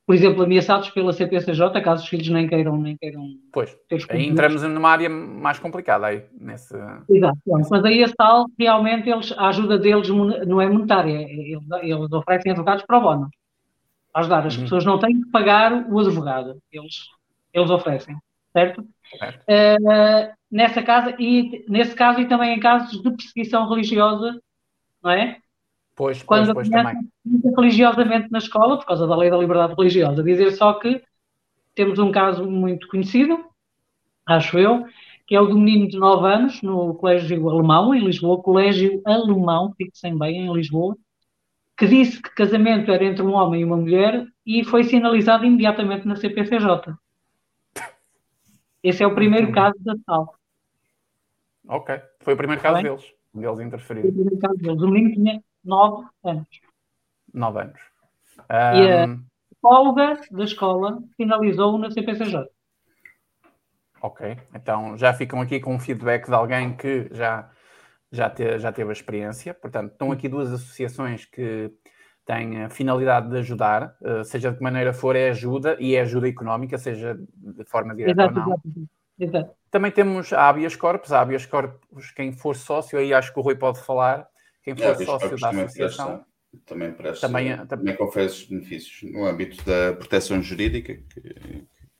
por exemplo, ameaçados pela C P C J, caso os filhos nem queiram, nem queiram Pois, ter os aí conteúdos. entramos numa área mais complicada aí, nesse... Exato, nesse... mas aí a tal, realmente, eles, a ajuda deles não é monetária, eles, eles oferecem advogados pro bono, a ajudar. As Uhum. pessoas não têm que pagar o advogado, eles, eles oferecem, certo? certo. Uh, nessa casa, e nesse caso, e também em casos de perseguição religiosa, não é? Pois, Quando pois, pois, também. religiosamente na escola, por causa da lei da liberdade religiosa. Dizer só que temos um caso muito conhecido, acho eu, que é o do menino de nove anos, no Colégio Alemão, em Lisboa, Colégio Alemão, fixem bem, em Lisboa, que disse que casamento era entre um homem e uma mulher e foi sinalizado imediatamente na C P C J. Esse é o primeiro caso da tal. Ok. Foi o primeiro caso deles, deles interferir. Foi o primeiro caso deles. O menino tinha nove anos. Nove anos. E a Um... psicóloga da escola finalizou na C P C J. Ok. Então já ficam aqui com um feedback de alguém que já, já, te, já teve a experiência. Portanto, estão aqui duas associações que têm a finalidade de ajudar, seja de que maneira for, é ajuda, e é ajuda económica, seja de forma direta Exato, ou não. exato, exato. Também temos a Habeas Corpus. A Habeas Corpus, quem for sócio, aí acho que o Rui pode falar, quem for é, sócio da também associação... Presta, também, presta, também, também, também confere os benefícios no âmbito da proteção jurídica, que,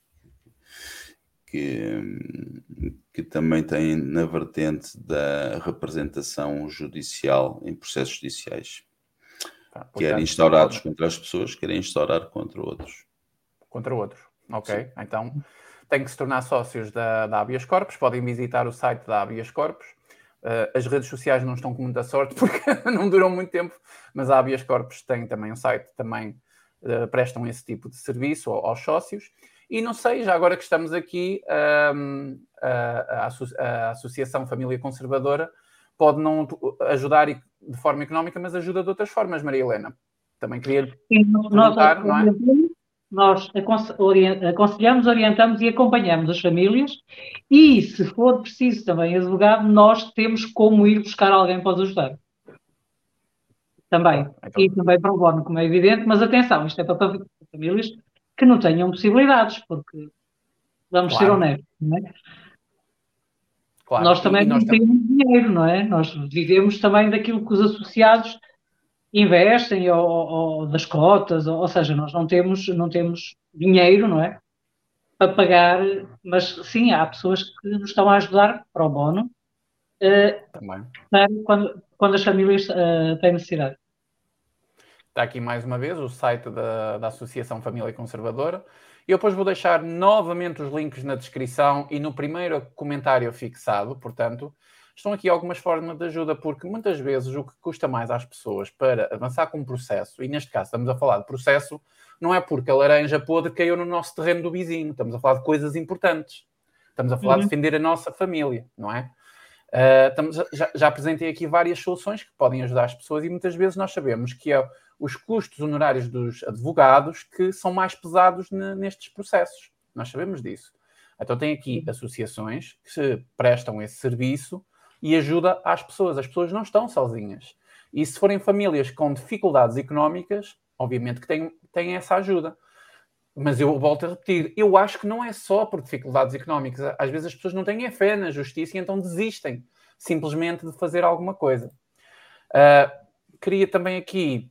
que, que também tem na vertente da representação judicial em processos judiciais. Tá, Quer instaurados pode... contra as pessoas, querem instaurar contra outros. Contra outros, ok. Sim. Então, têm que se tornar sócios da, da Habeas Corpus, podem visitar o site da Habeas Corpus. Uh, as redes sociais não estão com muita sorte porque não duram muito tempo, mas a Habeas Corpus tem também um site, também uh, prestam esse tipo de serviço aos sócios. E não sei, já agora que estamos aqui, um, a, a, a Associação Família Conservadora pode não ajudar de forma económica, mas ajuda de outras formas, Maria Helena. Também queria perguntar, não é? Nós aconselhamos, orientamos e acompanhamos as famílias e, se for preciso também advogado, nós temos como ir buscar alguém para os ajudar. Também. Ah, então... E também para o bono, como é evidente, mas atenção, isto é para famílias que não tenham possibilidades, porque vamos claro. ser honestos, não é? Claro. Nós também e, e nós não temos tam... dinheiro, não é? Nós vivemos também daquilo que os associados investem ou, ou das cotas, ou, ou seja, nós não temos, não temos dinheiro, não é? Para pagar, mas sim, há pessoas que nos estão a ajudar para o bono uh, também. Quando, quando as famílias uh, têm necessidade. Está aqui mais uma vez o site da, da Associação Família Conservadora. Eu depois vou deixar novamente os links na descrição e no primeiro comentário fixado. Portanto, estão aqui algumas formas de ajuda, porque muitas vezes o que custa mais às pessoas para avançar com um processo, e neste caso estamos a falar de processo, não é porque a laranja podre caiu no nosso terreno do vizinho. Estamos a falar de coisas importantes. Estamos a falar uhum. de defender a nossa família, não é? Uh, estamos, já, já apresentei aqui várias soluções que podem ajudar as pessoas e muitas vezes nós sabemos que é os custos honorários dos advogados que são mais pesados ne, nestes processos. Nós sabemos disso. Então tem aqui associações que prestam esse serviço e ajuda às pessoas. As pessoas não estão sozinhas. E se forem famílias com dificuldades económicas, obviamente que têm, têm essa ajuda. Mas eu volto a repetir, eu acho que não é só por dificuldades económicas. Às vezes as pessoas não têm fé na justiça e então desistem simplesmente de fazer alguma coisa. Uh, queria também aqui,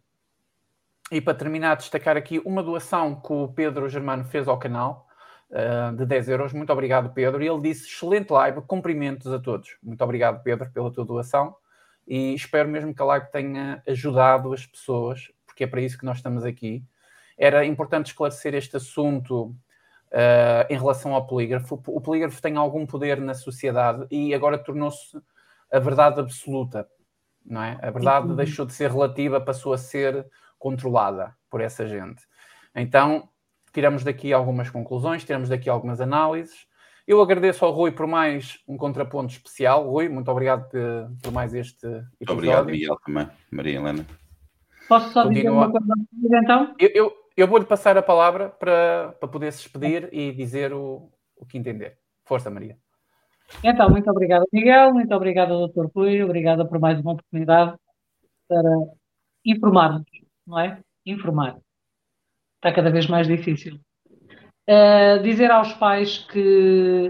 e para terminar, destacar aqui uma doação que o Pedro Germano fez ao canal, uh, de dez euros. Muito obrigado, Pedro. E ele disse, excelente live, cumprimentos a todos. Muito obrigado, Pedro, pela tua doação. E espero mesmo que a live tenha ajudado as pessoas, porque é para isso que nós estamos aqui. Era importante esclarecer este assunto uh, em relação ao polígrafo. O polígrafo tem algum poder na sociedade e agora tornou-se a verdade absoluta, não é? A verdade uhum. deixou de ser relativa, passou a ser controlada por essa gente. Então, tiramos daqui algumas conclusões, tiramos daqui algumas análises. Eu agradeço ao Rui por mais um contraponto especial. Rui, muito obrigado por, por mais este episódio. Obrigado, Miguel, também. Maria Helena. Posso só Continua. dizer uma coisa, então? Eu, eu, eu vou-lhe passar a palavra para, para poder se despedir e dizer o, o que entender. Força, Maria. Então, muito obrigada, Miguel. Muito obrigada, doutor Rui. Obrigada por mais uma oportunidade para informar-nos, não é? Informar. está cada vez mais difícil. Uh, dizer aos pais que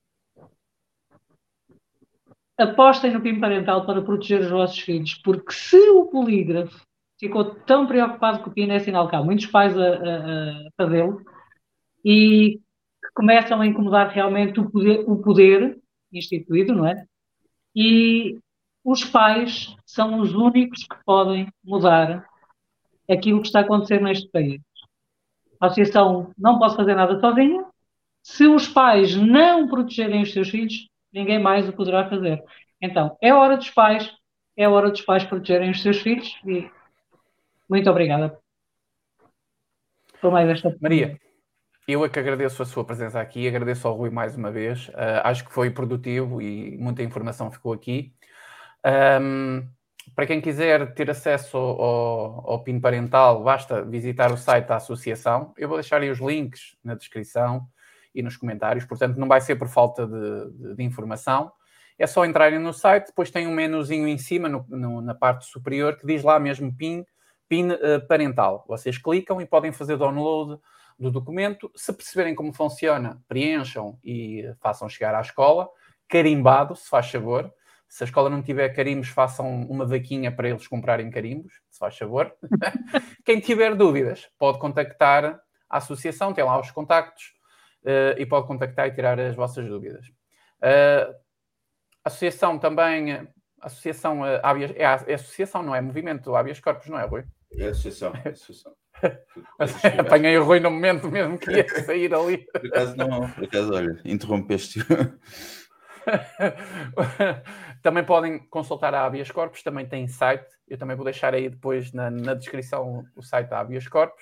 apostem no P I N parental para proteger os vossos filhos, porque se o polígrafo ficou tão preocupado com o P I N, é sinal que há muitos pais a, a, a fazê-lo e que começam a incomodar realmente o poder, o poder instituído, não é? E os pais são os únicos que podem mudar aquilo que está a acontecer neste país. A associação não pode fazer nada sozinha. Se os pais não protegerem os seus filhos, ninguém mais o poderá fazer. Então, é hora dos pais, é hora dos pais protegerem os seus filhos e muito obrigada por mais esta oportunidade. Maria, eu é que agradeço a sua presença aqui, agradeço ao Rui mais uma vez, uh, acho que foi produtivo e muita informação ficou aqui. Um, para quem quiser ter acesso ao, ao P I N parental, basta visitar o site da associação. Eu vou deixar aí os links na descrição e nos comentários, portanto não vai ser por falta de, de, de informação. É só entrarem no site, depois tem um menuzinho em cima, no, no, na parte superior, que diz lá mesmo P I N, P I N uh, parental. Vocês clicam e podem fazer download do documento. Se perceberem como funciona, preencham e façam chegar à escola. Carimbado, se faz favor. Se a escola não tiver carimbos, façam uma vaquinha para eles comprarem carimbos, se faz favor. Quem tiver dúvidas, pode contactar a associação, tem lá os contactos, uh, e pode contactar e tirar as vossas dúvidas. Uh, a associação também, a associação, uh, habeas, é, a, é a associação, não é? Movimento Habeas Corpus, não é, Rui? É a associação, é a associação. Apanhei o Rui no momento mesmo que ia sair ali. Por acaso, não, por acaso, olha, interrompeste. Também podem consultar a Habeas Corpus, também tem site. Eu também vou deixar aí depois na, na descrição o site da Habeas Corpus.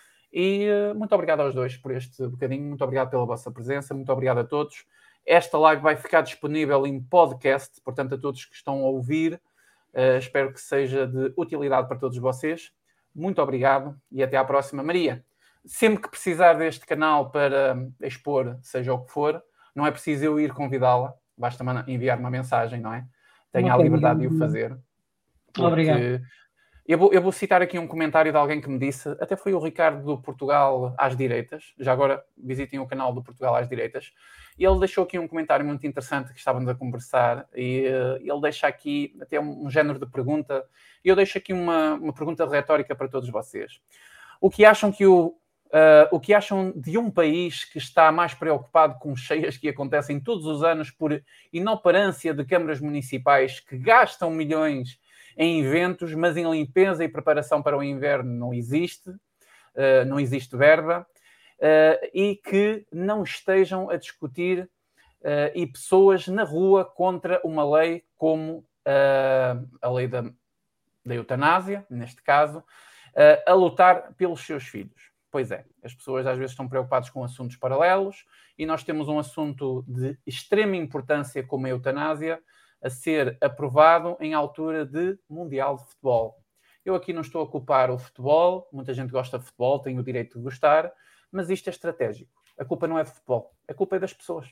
E uh, muito obrigado aos dois por este bocadinho, muito obrigado pela vossa presença, muito obrigado a todos. Esta live vai ficar disponível em podcast, portanto a todos que estão a ouvir, uh, espero que seja de utilidade para todos vocês. Muito obrigado e até à próxima. Maria, sempre que precisar deste canal para expor, seja o que for, não é preciso eu ir convidá-la, basta enviar uma mensagem, não é? Tenha a liberdade de o fazer. Obrigado. Eu vou, eu vou citar aqui um comentário de alguém que me disse, até foi o Ricardo do Portugal às Direitas, já agora visitem o canal do Portugal às Direitas, e ele deixou aqui um comentário muito interessante que estávamos a conversar, e uh, ele deixa aqui até um, um género de pergunta, e eu deixo aqui uma, uma pergunta retórica para todos vocês. O que acham que o Uh, o que acham de um país que está mais preocupado com cheias que acontecem todos os anos por inoperância de câmaras municipais que gastam milhões em eventos, mas em limpeza e preparação para o inverno não existe, uh, não existe verba, uh, e que não estejam a discutir uh, e pessoas na rua contra uma lei como uh, a lei da, da eutanásia, neste caso, uh, a lutar pelos seus filhos. Pois é, as pessoas às vezes estão preocupadas com assuntos paralelos e nós temos um assunto de extrema importância como a eutanásia a ser aprovado em altura de Mundial de Futebol. Eu aqui não estou a culpar o futebol, muita gente gosta de futebol, tem o direito de gostar, mas isto é estratégico. A culpa não é de futebol, a culpa é das pessoas.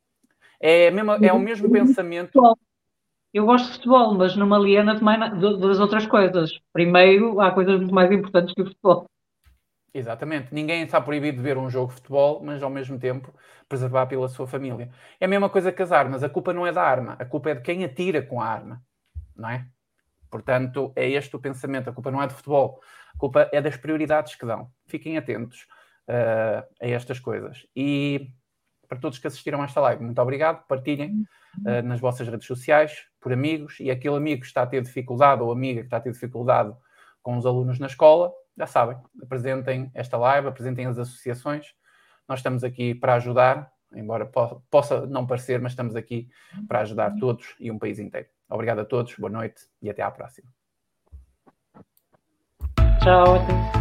É, mesmo, é o mesmo pensamento... Eu gosto de futebol, mas não me aliena das outras coisas. Primeiro, há coisas muito mais importantes que o futebol. Exatamente. Ninguém está proibido de ver um jogo de futebol, mas ao mesmo tempo preservar pela sua família. É a mesma coisa que as armas. A culpa não é da arma. A culpa é de quem atira com a arma. Não é? Portanto, é este o pensamento. A culpa não é de futebol. A culpa é das prioridades que dão. Fiquem atentos uh, a estas coisas. E para todos que assistiram a esta live, muito obrigado. Partilhem uh, nas vossas redes sociais, por amigos. E aquele amigo que está a ter dificuldade ou amiga que está a ter dificuldade com os alunos na escola, já sabem, apresentem esta live, apresentem as associações. Nós estamos aqui para ajudar, embora po- possa não parecer, mas estamos aqui para ajudar todos e um país inteiro. Obrigado a todos, boa noite e até à próxima. Tchau.